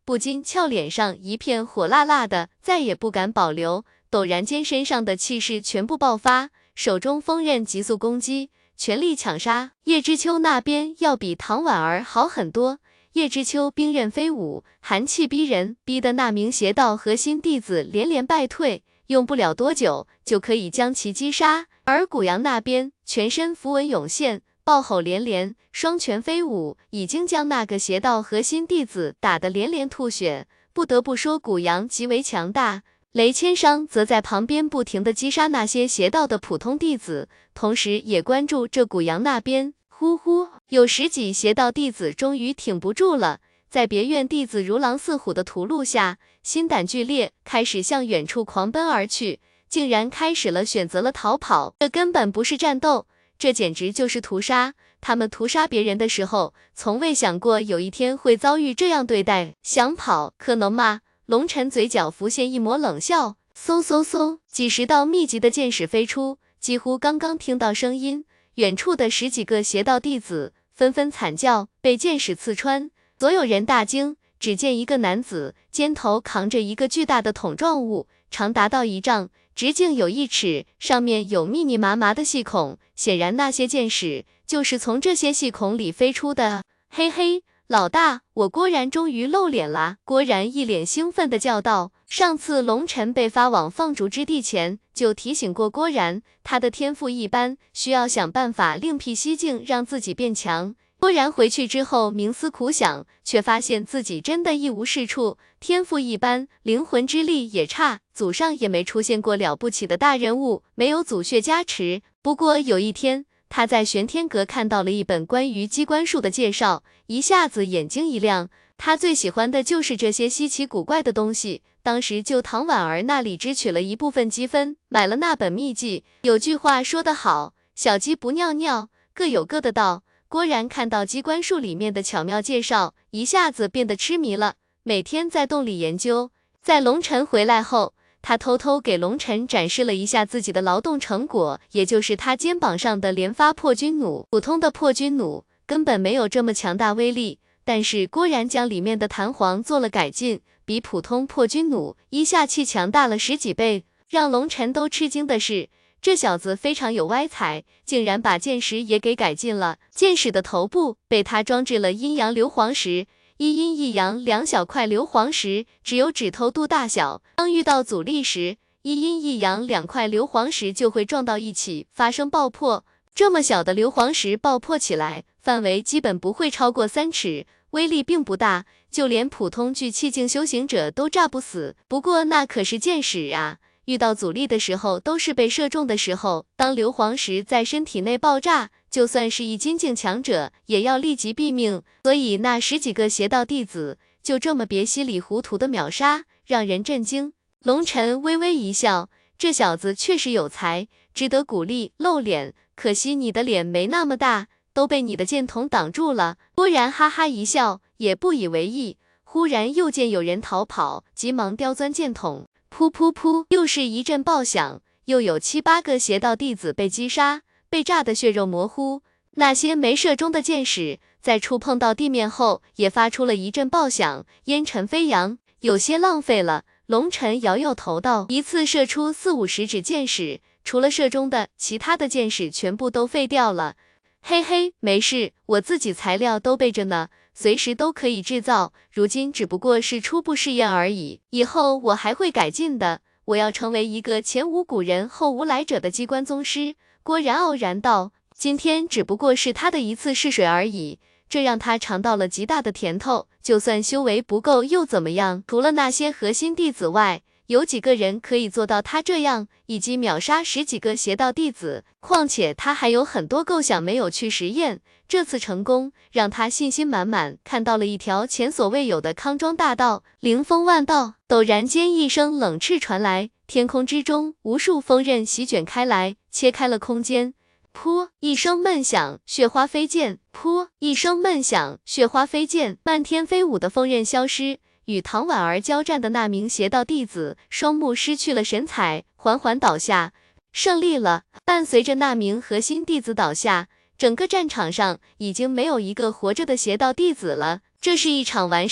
S1: 不禁俏脸上一片火辣辣的，再也不敢保留，陡然间身上的气势全部爆发，手中锋刃急速攻击，全力抢杀。叶知秋那边要比唐婉儿好很多，叶知秋兵刃飞舞，寒气逼人，逼得那名邪道核心弟子连连败退，用不了多久就可以将其击杀。而古阳那边全身符文涌现，暴吼连连，双拳飞舞，已经将那个邪道核心弟子打得连连吐血。不得不说古阳极为强大，雷千商则在旁边不停地击杀那些邪道的普通弟子，同时也关注这古阳那边。呼呼，有十几邪道弟子终于挺不住了，在别院弟子如狼似虎的屠戮下，心胆俱裂，开始向远处狂奔而去，竟然开始了选择了逃跑。这根本不是战斗，这简直就是屠杀。他们屠杀别人的时候，从未想过有一天会遭遇这样对待。想跑可能吗？龙晨嘴角浮现一抹冷笑，嗖嗖嗖，几十道密集的箭矢飞出，几乎刚刚听到声音，远处的十几个邪道弟子纷纷惨叫，被箭矢刺穿，所有人大惊。只见一个男子肩头扛着一个巨大的桶状物，长达到一丈，直径有一尺，上面有密密麻麻的细孔，显然那些箭矢就是从这些细孔里飞出的。嘿嘿，老大，我郭然终于露脸啦！郭然一脸兴奋地叫道。上次龙晨被发往放逐之地前，就提醒过郭然，他的天赋一般，需要想办法另辟蹊径，让自己变强。郭然回去之后冥思苦想，却发现自己真的一无是处，天赋一般，灵魂之力也差，祖上也没出现过了不起的大人物，没有祖血加持。不过有一天，他在玄天阁看到了一本关于机关术的介绍，一下子眼睛一亮，他最喜欢的就是这些稀奇古怪的东西，当时就唐婉儿那里支取了一部分积分，买了那本秘籍。有句话说得好，小鸡不尿尿，各有各的道。郭然看到机关术里面的巧妙介绍，一下子变得痴迷了，每天在洞里研究。在龙晨回来后，他偷偷给龙晨展示了一下自己的劳动成果，也就是他肩膀上的连发破军弩。普通的破军弩根本没有这么强大威力，但是郭然将里面的弹簧做了改进，比普通破军弩一下气强大了十几倍。让龙晨都吃惊的是，这小子非常有歪才，竟然把箭矢也给改进了。箭矢的头部被他装置了阴阳硫磺石，一阴一阳两小块硫磺石，只有指头肚大小。当遇到阻力时，一阴一阳两块硫磺石就会撞到一起，发生爆破。这么小的硫磺石爆破起来，范围基本不会超过三尺，威力并不大，就连普通聚气境修行者都炸不死。不过那可是箭矢啊，遇到阻力的时候都是被射中的时候，当硫磺石在身体内爆炸，就算是一金境强者也要立即毙命。所以那十几个邪道弟子就这么别稀里糊涂的秒杀，让人震惊。龙晨微微一笑，这小子确实有才，值得鼓励。露脸，可惜你的脸没那么大，都被你的箭筒挡住了。郭然哈哈一笑，也不以为意。忽然又见有人逃跑，急忙刁钻箭筒，噗噗噗，又是一阵爆响，又有七八个邪道弟子被击杀，被炸得血肉模糊。那些没射中的箭矢在触碰到地面后，也发出了一阵爆响，烟尘飞扬，有些浪费了。龙晨摇摇头道，一次射出四五十指箭矢，除了射中的，其他的箭矢全部都废掉了。嘿嘿，没事，我自己材料都备着呢，随时都可以制造，如今只不过是初步试验而已，以后我还会改进的，我要成为一个前无古人后无来者的机关宗师。郭然傲然道，今天只不过是他的一次试水而已，这让他尝到了极大的甜头，就算修为不够又怎么样？除了那些核心弟子外，有几个人可以做到他这样，以及秒杀十几个邪道弟子？况且他还有很多构想没有去实验，这次成功让他信心满满，看到了一条前所未有的康庄大道，灵风万道。陡然间一声冷叱传来，天空之中无数锋刃席卷开来，切开了空间。噗一声闷响，血花飞溅，噗一声闷响，血花飞溅，漫天飞舞的锋刃消失，与唐婉儿交战的那名邪道弟子双目失去了神采，缓缓倒下。胜利了！伴随着那名核心弟子倒下，整个战场上已经没有一个活着的邪道弟子了。这是一场完胜，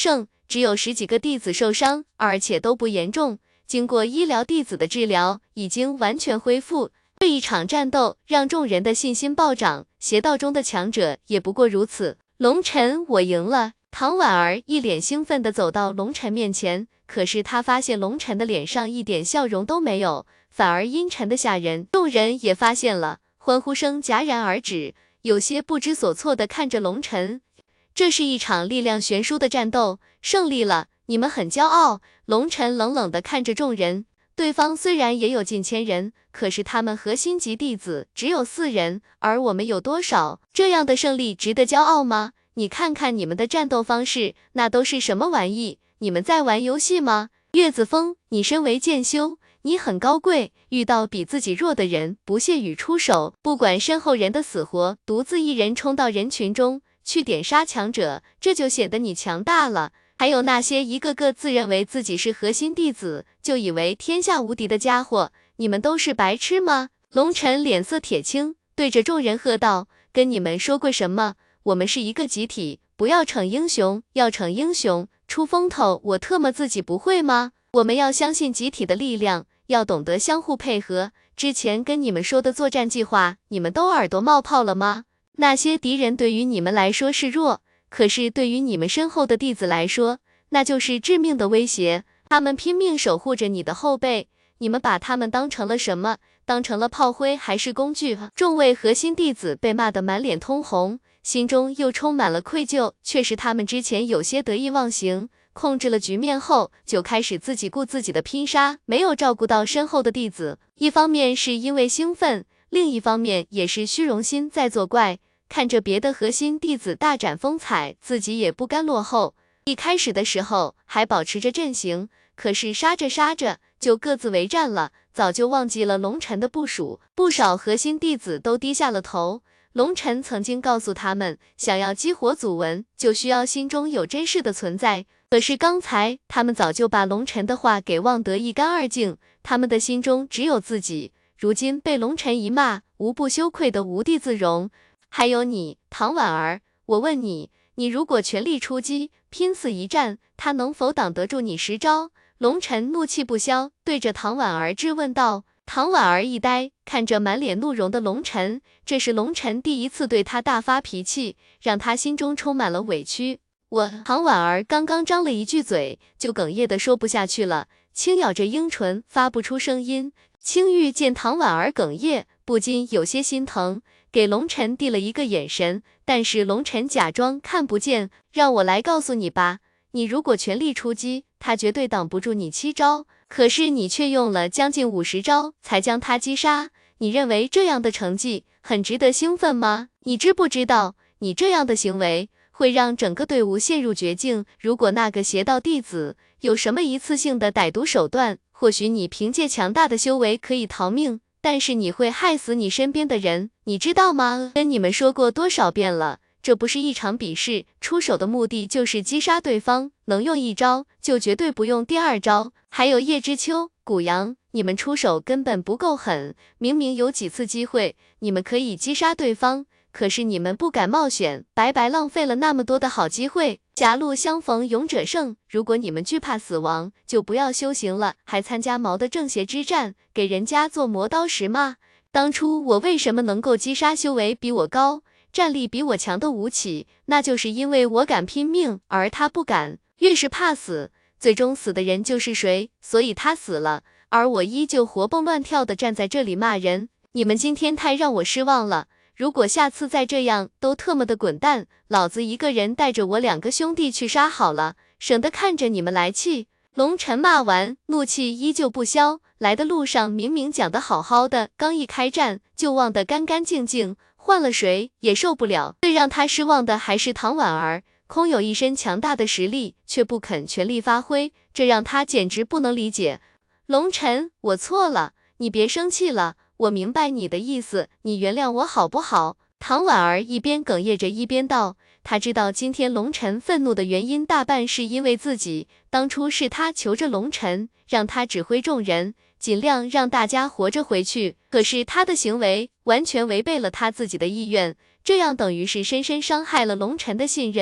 S1: 只有十几个弟子受伤，而且都不严重。经过医疗弟子的治疗，已经完全恢复。这一场战斗让众人的信心暴涨，邪道中的强者也不过如此。龙尘，我赢了！唐婉儿一脸兴奋地走到龙尘面前，可是他发现龙尘的脸上一点笑容都没有，反而阴沉的吓人。众人也发现了，欢呼声戛然而止，有些不知所措地看着龙尘。这是一场力量悬殊的战斗，胜利了，你们很骄傲。龙尘冷冷地看着众人，对方虽然也有近千人，可是他们核心级弟子只有四人，而我们有多少？这样的胜利值得骄傲吗？你看看你们的战斗方式，那都是什么玩意？你们在玩游戏吗？岳子峰，你身为剑修，你很高贵，遇到比自己弱的人，不屑于出手，不管身后人的死活，独自一人冲到人群中去点杀强者，这就显得你强大了。还有那些一个个自认为自己是核心弟子，就以为天下无敌的家伙，你们都是白痴吗？龙尘脸色铁青，对着众人喝道，跟你们说过什么？我们是一个集体，不要逞英雄，要逞英雄，出风头，我特么自己不会吗？我们要相信集体的力量，要懂得相互配合。之前跟你们说的作战计划，你们都耳朵冒泡了吗？那些敌人对于你们来说是弱，可是对于你们身后的弟子来说，那就是致命的威胁。他们拼命守护着你的后背，你们把他们当成了什么？当成了炮灰还是工具？众位核心弟子被骂得满脸通红，心中又充满了愧疚。确实他们之前有些得意忘形，控制了局面后，就开始自己顾自己的拼杀，没有照顾到身后的弟子。一方面是因为兴奋，另一方面也是虚荣心在作怪。看着别的核心弟子大展风采，自己也不甘落后。一开始的时候还保持着阵型，可是杀着杀着就各自为战了，早就忘记了龙尘的部署。不少核心弟子都低下了头。龙尘曾经告诉他们，想要激活祖文，就需要心中有真实的存在。可是刚才他们早就把龙尘的话给忘得一干二净，他们的心中只有自己。如今被龙尘一骂，无不羞愧的无地自容。还有你，唐婉儿，我问你，你如果全力出击，拼死一战，他能否挡得住你十招？龙尘怒气不消，对着唐婉儿质问道。唐婉儿一呆，看着满脸怒容的龙尘，这是龙尘第一次对他大发脾气，让他心中充满了委屈。我……唐婉儿刚刚张了一句嘴，就哽咽的说不下去了，轻咬着樱唇，发不出声音。青玉见唐婉儿哽咽，不禁有些心疼，给龙尘递了一个眼神，但是龙尘假装看不见。让我来告诉你吧，你如果全力出击，他绝对挡不住你七招，可是你却用了将近五十招才将他击杀。你认为这样的成绩很值得兴奋吗？你知不知道，你这样的行为会让整个队伍陷入绝境。如果那个邪道弟子有什么一次性的歹毒手段，或许你凭借强大的修为可以逃命，但是你会害死你身边的人，你知道吗？跟你们说过多少遍了，这不是一场比试，出手的目的就是击杀对方，能用一招就绝对不用第二招。还有叶知秋、古阳，你们出手根本不够狠，明明有几次机会，你们可以击杀对方，可是你们不敢冒险，白白浪费了那么多的好机会。狭路相逢勇者胜，如果你们惧怕死亡，就不要修行了，还参加毛的正邪之战，给人家做磨刀石吗？当初我为什么能够击杀修为比我高、战力比我强的吴起，那就是因为我敢拼命，而他不敢。越是怕死，最终死的人就是谁，所以他死了，而我依旧活蹦乱跳的站在这里骂人。你们今天太让我失望了，如果下次再这样，都特么的滚蛋，老子一个人带着我两个兄弟去杀好了，省得看着你们来气。龙尘骂完，怒气依旧不消，来的路上明明讲得好好的，刚一开战就忘得干干净净，换了谁也受不了。最让他失望的还是唐婉儿，空有一身强大的实力，却不肯全力发挥，这让他简直不能理解。龙尘，我错了，你别生气了，我明白你的意思，你原谅我好不好？唐婉儿一边哽咽着一边道，她知道今天龙尘愤怒的原因大半是因为自己，当初是他求着龙尘，让他指挥众人，尽量让大家活着回去，可是他的行为完全违背了他自己的意愿，这样等于是深深伤害了龙尘的信任。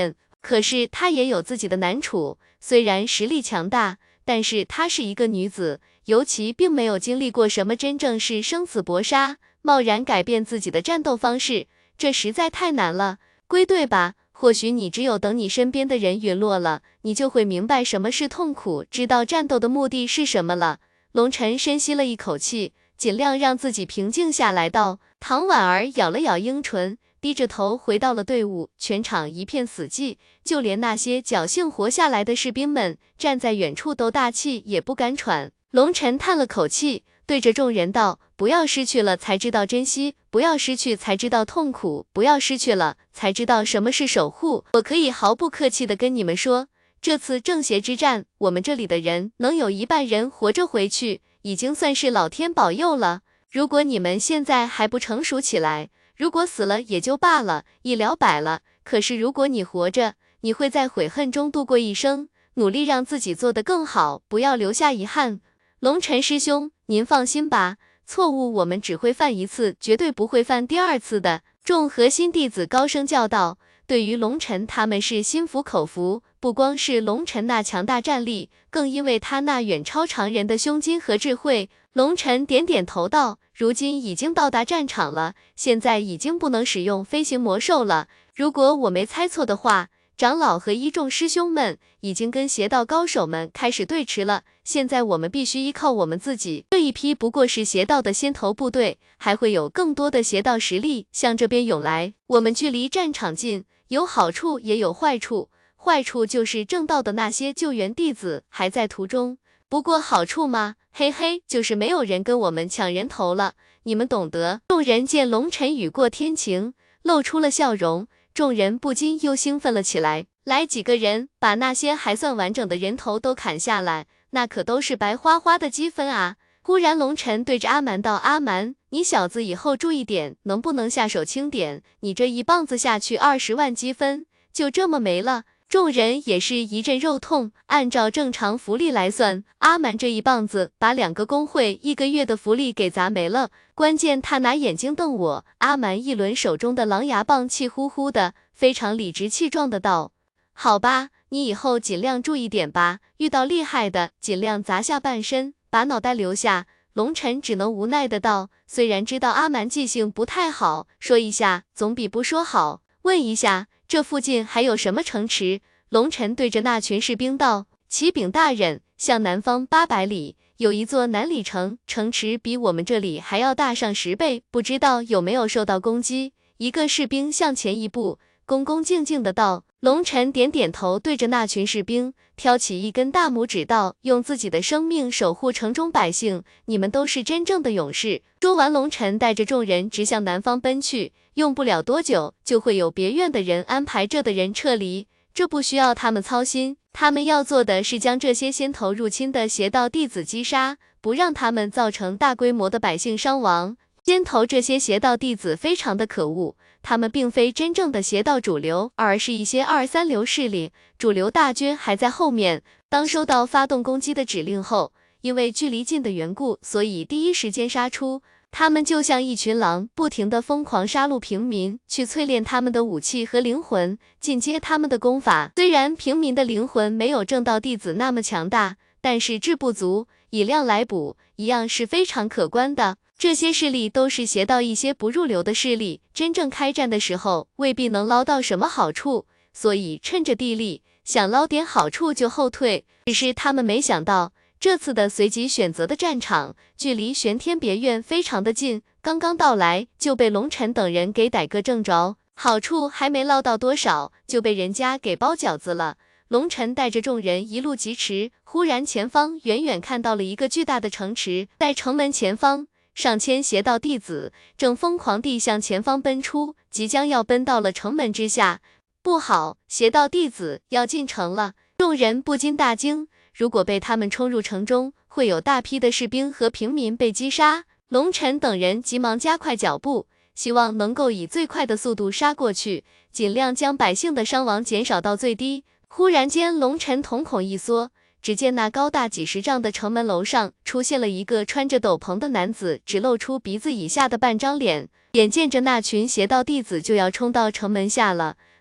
S1: 可是她也有自己的难处，虽然实力强大，但是她是一个女子，尤其并没有经历过什么真正是生死搏杀，贸然改变自己的战斗方式，这实在太难了。归队吧，或许你只有等你身边的人陨落了，你就会明白什么是痛苦，知道战斗的目的是什么了。龙晨深吸了一口气，尽量让自己平静下来道。唐婉儿咬了咬樱唇，低着头回到了队伍，全场一片死寂，就连那些侥幸活下来的士兵们，站在远处都大气也不敢喘。龙晨叹了口气，对着众人道，不要失去了才知道珍惜，不要失去才知道痛苦，不要失去了才知道什么是守护。我可以毫不客气地跟你们说，这次正邪之战，我们这里的人能有一半人活着回去，已经算是老天保佑了。如果你们现在还不成熟起来，如果死了也就罢了，一了百了。可是如果你活着，你会在悔恨中度过一生，努力让自己做得更好，不要留下遗憾。龙晨师兄，您放心吧，错误我们只会犯一次，绝对不会犯第二次的。众核心弟子高声叫道。对于龙晨他们是心服口服，不光是龙晨那强大战力，更因为他那远超常人的胸襟和智慧。龙晨点点头道，如今已经到达战场了，现在已经不能使用飞行魔兽了。如果我没猜错的话，长老和一众师兄们已经跟邪道高手们开始对峙了，现在我们必须依靠我们自己。这一批不过是邪道的先头部队，还会有更多的邪道实力向这边涌来。我们距离战场近，有好处也有坏处，坏处就是正道的那些救援弟子还在途中，不过好处嘛，嘿嘿，就是没有人跟我们抢人头了，你们懂得。众人见龙晨雨过天晴，露出了笑容，众人不禁又兴奋了起来。来几个人，把那些还算完整的人头都砍下来，那可都是白花花的积分啊。忽然龙晨对着阿蛮道，阿蛮，你小子以后注意点，能不能下手轻点，你这一棒子下去二十万积分，就这么没了。众人也是一阵肉痛，按照正常福利来算，阿蛮这一棒子把两个工会一个月的福利给砸没了。关键他拿眼睛瞪我，阿蛮一轮手中的狼牙棒气呼呼的，非常理直气壮的道，好吧，你以后尽量注意点吧，遇到厉害的尽量砸下半身，把脑袋留下。龙晨只能无奈的道，虽然知道阿蛮记性不太好，说一下总比不说好。问一下，这附近还有什么城池？龙晨对着那群士兵道，启禀大人，向南方八百里有一座南里城，城池比我们这里还要大上十倍，不知道有没有受到攻击。一个士兵向前一步，恭恭敬敬的道。龙晨点点头，对着那群士兵挑起一根大拇指道，用自己的生命守护城中百姓，你们都是真正的勇士。说完，龙晨带着众人直向南方奔去，用不了多久就会有别院的人安排这的人撤离，这不需要他们操心，他们要做的是将这些先头入侵的邪道弟子击杀，不让他们造成大规模的百姓伤亡。先头这些邪道弟子非常的可恶，他们并非真正的邪道主流，而是一些二三流势力，主流大军还在后面。当收到发动攻击的指令后，因为距离近的缘故，所以第一时间杀出。他们就像一群狼，不停地疯狂杀戮平民，去淬炼他们的武器和灵魂，进阶他们的功法。虽然平民的灵魂没有正道弟子那么强大，但是志不足，以量来补，一样是非常可观的。这些势力都是邪道一些不入流的势力，真正开战的时候未必能捞到什么好处，所以趁着地利，想捞点好处就后退。只是他们没想到，这次的随机选择的战场距离玄天别院非常的近，刚刚到来就被龙晨等人给逮个正着，好处还没捞到多少，就被人家给包饺子了。龙晨带着众人一路疾驰，忽然前方远远看到了一个巨大的城池，在城门前方，上千邪道弟子正疯狂地向前方奔出，即将要奔到了城门之下。不好，邪道弟子要进城了！众人不禁大惊，如果被他们冲入城中，会有大批的士兵和平民被击杀。龙晨等人急忙加快脚步，希望能够以最快的速度杀过去，尽量将百姓的伤亡减少到最低。忽然间，龙晨瞳孔一缩，只见那高大几十丈的城门楼上出现了一个穿着斗篷的男子，只露出鼻子以下的半张脸。眼见着那群邪道弟子就要冲到城门下了，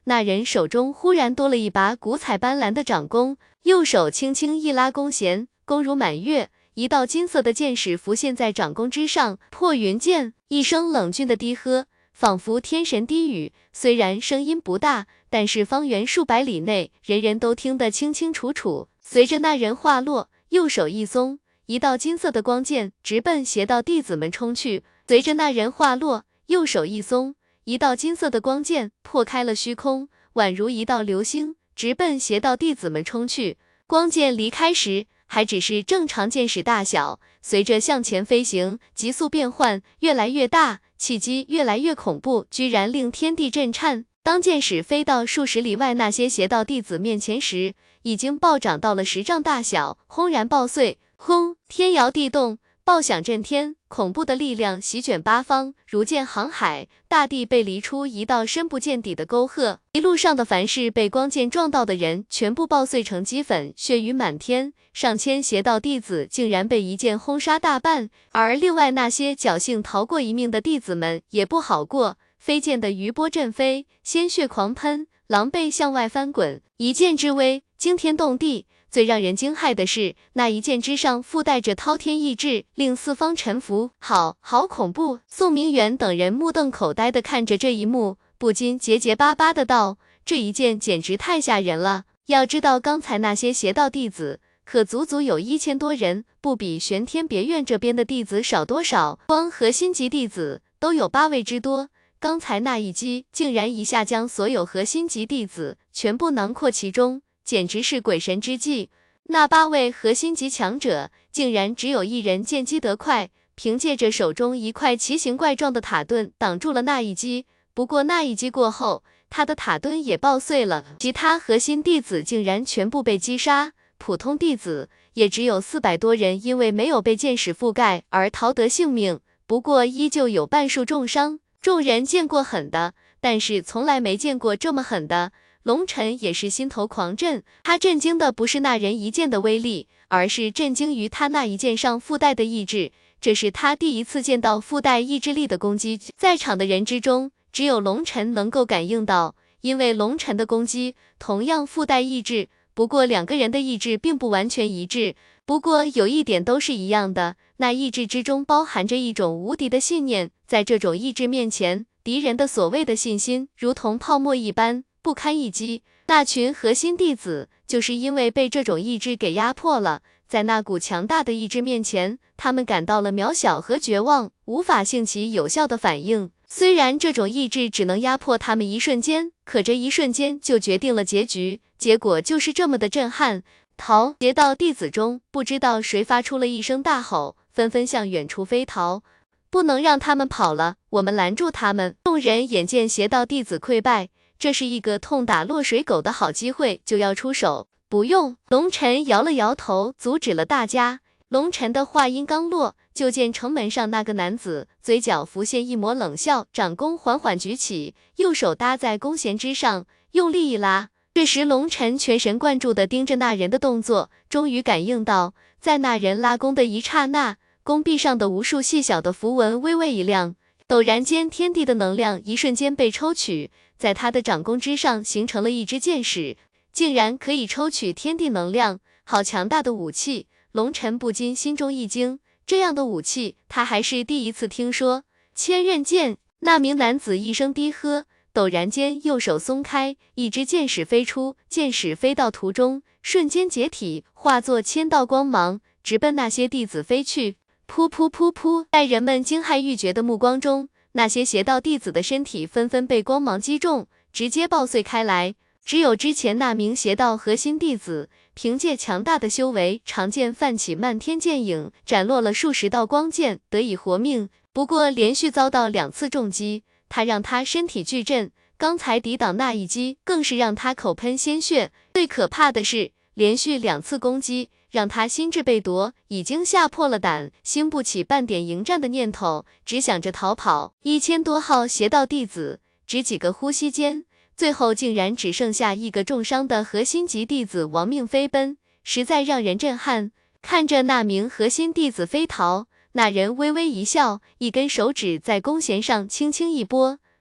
S1: 那人手中忽然多了一把五彩斑斓的掌弓，右手轻轻一拉弓弦，弓如满月，一道金色的箭矢浮现在掌弓之上。破云剑，一声冷峻的低喝，仿佛天神低语，虽然声音不大，但是方圆数百里内，人人都听得清清楚楚。随着那人话落，右手一松，一道金色的光剑直奔邪道弟子们冲去。随着那人话落，右手一松，一道金色的光剑破开了虚空，宛如一道流星，直奔邪道弟子们冲去。光剑离开时，还只是正常箭矢大小，随着向前飞行，急速变换，越来越大，气机越来越恐怖，居然令天地震颤。当箭矢飞到数十里外那些邪道弟子面前时，已经暴涨到了十丈大小，轰然爆碎，轰！天摇地动，爆响震天，恐怖的力量席卷八方，如剑航海，大地被犁出一道深不见底的沟壑。一路上的凡是被光剑撞到的人，全部爆碎成齑粉，血雨满天。上千邪道弟子竟然被一剑轰杀大半，而另外那些侥幸逃过一命的弟子们也不好过，飞溅的余波震飞，鲜血狂喷，狼狈向外翻滚。一剑之威，惊天动地。最让人惊骇的是，那一剑之上附带着滔天意志，令四方臣服。好好恐怖！宋明远等人目瞪口呆地看着这一幕，不禁结结巴巴的道：这一剑简直太吓人了！要知道刚才那些邪道弟子可足足有一千多人，不比玄天别院这边的弟子少多少，光核心级弟子都有八位之多。刚才那一击竟然一下将所有核心级弟子全部囊括其中，简直是鬼神之计。那八位核心级强者竟然只有一人剑击得快，凭借着手中一块奇形怪状的塔盾挡住了那一击。不过那一击过后，他的塔盾也爆碎了，其他核心弟子竟然全部被击杀，普通弟子也只有四百多人因为没有被箭矢覆盖而逃得性命，不过依旧有半数重伤。众人见过狠的，但是从来没见过这么狠的。龙尘也是心头狂震，他震惊的不是那人一剑的威力，而是震惊于他那一剑上附带的意志。这是他第一次见到附带意志力的攻击，在场的人之中，只有龙尘能够感应到，因为龙尘的攻击同样附带意志，不过两个人的意志并不完全一致，不过有一点都是一样的，那意志之中包含着一种无敌的信念，在这种意志面前，敌人的所谓的信心如同泡沫一般，不堪一击。那群核心弟子就是因为被这种意志给压迫了，在那股强大的意志面前，他们感到了渺小和绝望，无法兴起有效的反应。虽然这种意志只能压迫他们一瞬间，可这一瞬间就决定了结局，结果就是这么的震撼。逃！邪道弟子中，不知道谁发出了一声大吼，纷纷向远处飞逃。不能让他们跑了，我们拦住他们。众人眼见邪道弟子溃败，这是一个痛打落水狗的好机会，就要出手。不用，龙尘摇了摇头，阻止了大家。龙尘的话音刚落，就见城门上那个男子嘴角浮现一抹冷笑，掌弓缓缓举起，右手搭在弓弦之上，用力一拉。这时龙尘全神贯注地盯着那人的动作，终于感应到，在那人拉弓的一刹那，弓壁上的无数细小的符文微微一亮，陡然间天地的能量一瞬间被抽取，在他的掌弓之上形成了一支箭矢，竟然可以抽取天地能量，好强大的武器！龙尘不禁心中一惊，这样的武器他还是第一次听说。千仞剑，那名男子一声低喝，陡然间右手松开，一支箭矢飞出，箭矢飞到途中，瞬间解体，化作千道光芒，直奔那些弟子飞去。噗噗噗噗，在人们惊骇欲绝的目光中，那些邪道弟子的身体纷纷被光芒击中，直接爆碎开来。只有之前那名邪道核心弟子，凭借强大的修为，长剑泛起漫天剑影，斩落了数十道光剑，得以活命。不过连续遭到两次重击，他让他身体巨震，刚才抵挡那一击，更是让他口喷鲜血。最可怕的是，连续两次攻击，让他心智被夺，已经吓破了胆，兴不起半点迎战的念头，只想着逃跑。一千多号邪道弟子，只几个呼吸间，最后竟然只剩下一个重伤的核心级弟子亡命飞奔，实在让人震撼。看着那名核心弟子飞逃，那人微微一笑，一根手指在弓弦上轻轻一拨，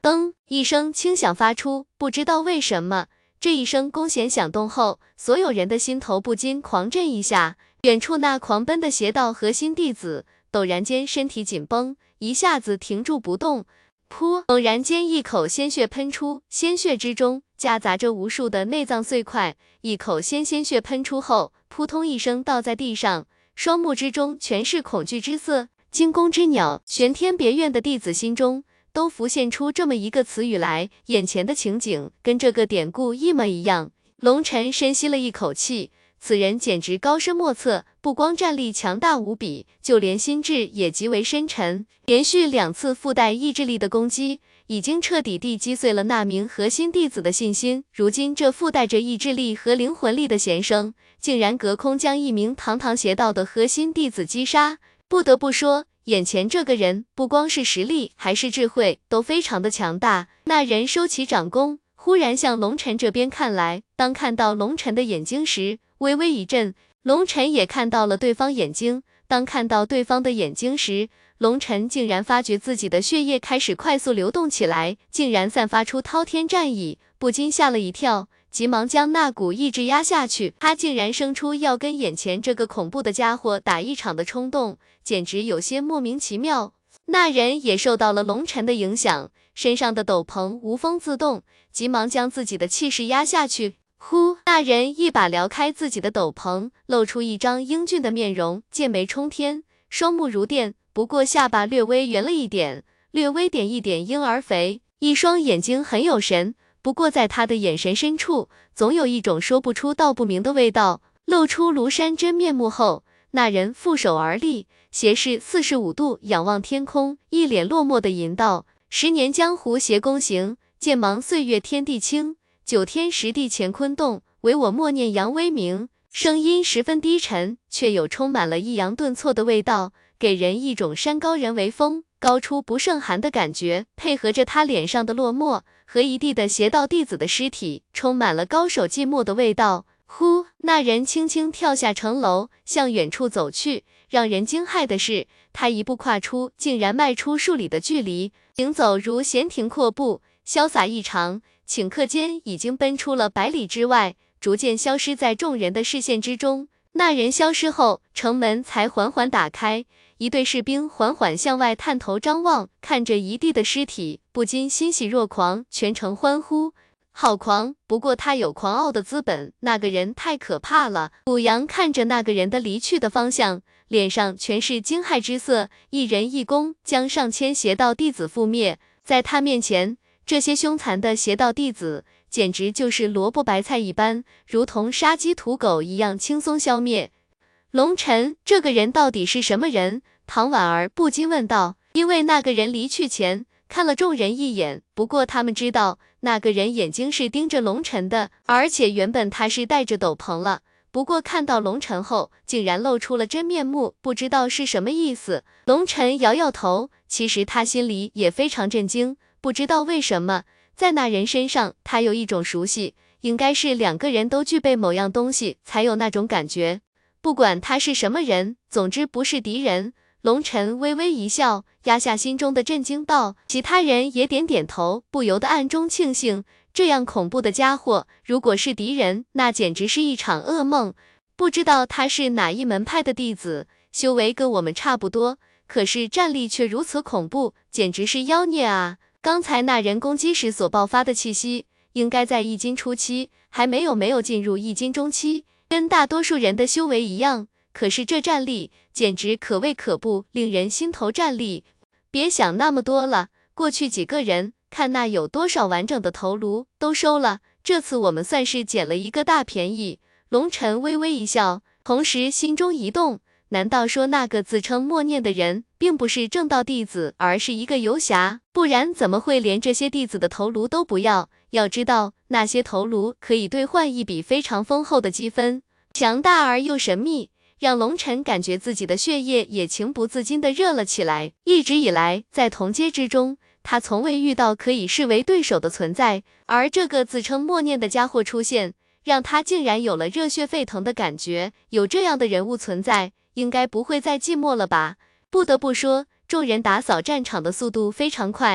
S1: 噔一声轻响发出，不知道为什么，这一声弓弦响动后，所有人的心头不禁狂震一下。远处那狂奔的邪道核心弟子，陡然间身体紧绷，一下子停住不动。噗！猛然间一口鲜血喷出，鲜血之中夹杂着无数的内脏碎块，一口鲜鲜血喷出后，扑通一声倒在地上，双目之中全是恐惧之色。惊弓之鸟，玄天别院的弟子心中都浮现出这么一个词语来，眼前的情景跟这个典故一模一样。龙尘深吸了一口气，此人简直高深莫测，不光战力强大无比，就连心智也极为深沉。连续两次附带意志力的攻击，已经彻底地击碎了那名核心弟子的信心。如今这附带着意志力和灵魂力的弦声，竟然隔空将一名堂堂邪道的核心弟子击杀。不得不说，眼前这个人不光是实力，还是智慧都非常的强大。那人收起掌弓，忽然向龙尘这边看来，当看到龙尘的眼睛时，微微一震。龙尘也看到了对方眼睛，当看到对方的眼睛时，龙尘竟然发觉自己的血液开始快速流动起来，竟然散发出滔天战意，不禁吓了一跳，急忙将那股意志压下去。他竟然生出要跟眼前这个恐怖的家伙打一场的冲动，简直有些莫名其妙。那人也受到了龙尘的影响，身上的斗篷无风自动，急忙将自己的气势压下去。呼！那人一把撩开自己的斗篷，露出一张英俊的面容，剑眉冲天，双目如电，不过下巴略微圆了一点，略微点一点婴儿肥，一双眼睛很有神，不过在他的眼神深处，总有一种说不出道不明的味道。露出庐山真面目后，那人负手而立，斜视四十五度仰望天空，一脸落寞的吟道：十年江湖斜弓行，渐忙岁月天地清。九天十地乾坤动，唯我默念扬威名。声音十分低沉，却有充满了抑扬顿挫的味道，给人一种山高人为峰，高出不胜寒的感觉。配合着他脸上的落寞和一地的邪道弟子的尸体，充满了高手寂寞的味道。呼！那人轻轻跳下城楼，向远处走去。让人惊骇的是，他一步跨出，竟然迈出数里的距离，行走如闲庭阔步，潇洒异常。顷刻间已经奔出了百里之外，逐渐消失在众人的视线之中。那人消失后，城门才缓缓打开，一队士兵缓缓向外探头张望，看着一地的尸体，不禁欣喜若狂，全城欢呼。好狂，不过他有狂傲的资本，那个人太可怕了。古阳看着那个人的离去的方向，脸上全是惊骇之色，一人一弓将上千邪道弟子覆灭。在他面前，这些凶残的邪道弟子简直就是萝卜白菜一般，如同杀鸡屠狗一样轻松消灭。龙尘，这个人到底是什么人？唐婉儿不禁问道。因为那个人离去前看了众人一眼，不过他们知道那个人眼睛是盯着龙尘的，而且原本他是戴着斗篷了，不过看到龙尘后竟然露出了真面目，不知道是什么意思。龙尘摇摇头，其实他心里也非常震惊，不知道为什么在那人身上他有一种熟悉，应该是两个人都具备某样东西才有那种感觉。不管他是什么人，总之不是敌人。龙尘微微一笑，压下心中的震惊道。其他人也点点头，不由得暗中庆幸，这样恐怖的家伙如果是敌人，那简直是一场噩梦。不知道他是哪一门派的弟子，修为跟我们差不多，可是战力却如此恐怖，简直是妖孽啊。刚才那人攻击时所爆发的气息，应该在易经初期，还没有没有进入易经中期，跟大多数人的修为一样，可是这战力简直可畏可怖，令人心头战栗。别想那么多了，过去几个人，看那有多少完整的头颅都收了，这次我们算是捡了一个大便宜。龙尘微微一笑，同时心中一动，难道说那个自称默念的人并不是正道弟子，而是一个游侠？不然怎么会连这些弟子的头颅都不要？要知道那些头颅可以兑换一笔非常丰厚的积分，强大而又神秘，让龙尘感觉自己的血液也情不自禁地热了起来。一直以来，在同阶之中，他从未遇到可以视为对手的存在，而这个自称默念的家伙出现，让他竟然有了热血沸腾的感觉。有这样的人物存在，应该不会再寂寞了吧？不得不说，众人打扫战场的速度非常快，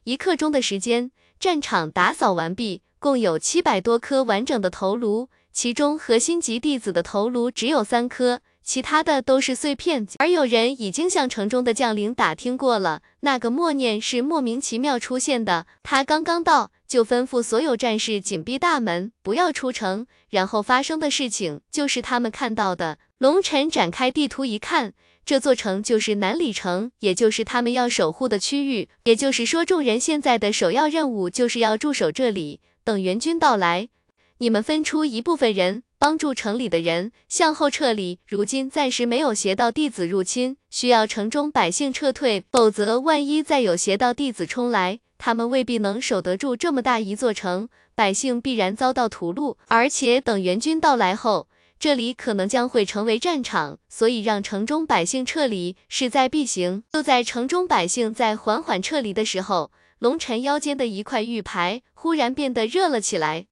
S1: 一刻钟的时间，战场打扫完毕，共有七百多颗完整的头颅，其中核心级弟子的头颅只有三颗，其他的都是碎片。而有人已经向城中的将领打听过了，那个默念是莫名其妙出现的，他刚刚到，就吩咐所有战士紧闭大门，不要出城，然后发生的事情就是他们看到的。龙尘展开地图一看，这座城就是南里城，也就是他们要守护的区域，也就是说众人现在的首要任务就是要驻守这里，等援军到来。你们分出一部分人，帮助城里的人向后撤离，如今暂时没有邪道弟子入侵，需要城中百姓撤退，否则万一再有邪道弟子冲来，他们未必能守得住这么大一座城，百姓必然遭到屠戮，而且等援军到来后，这里可能将会成为战场，所以让城中百姓撤离势在必行。就在城中百姓在缓缓撤离的时候，龙尘腰间的一块玉牌忽然变得热了起来。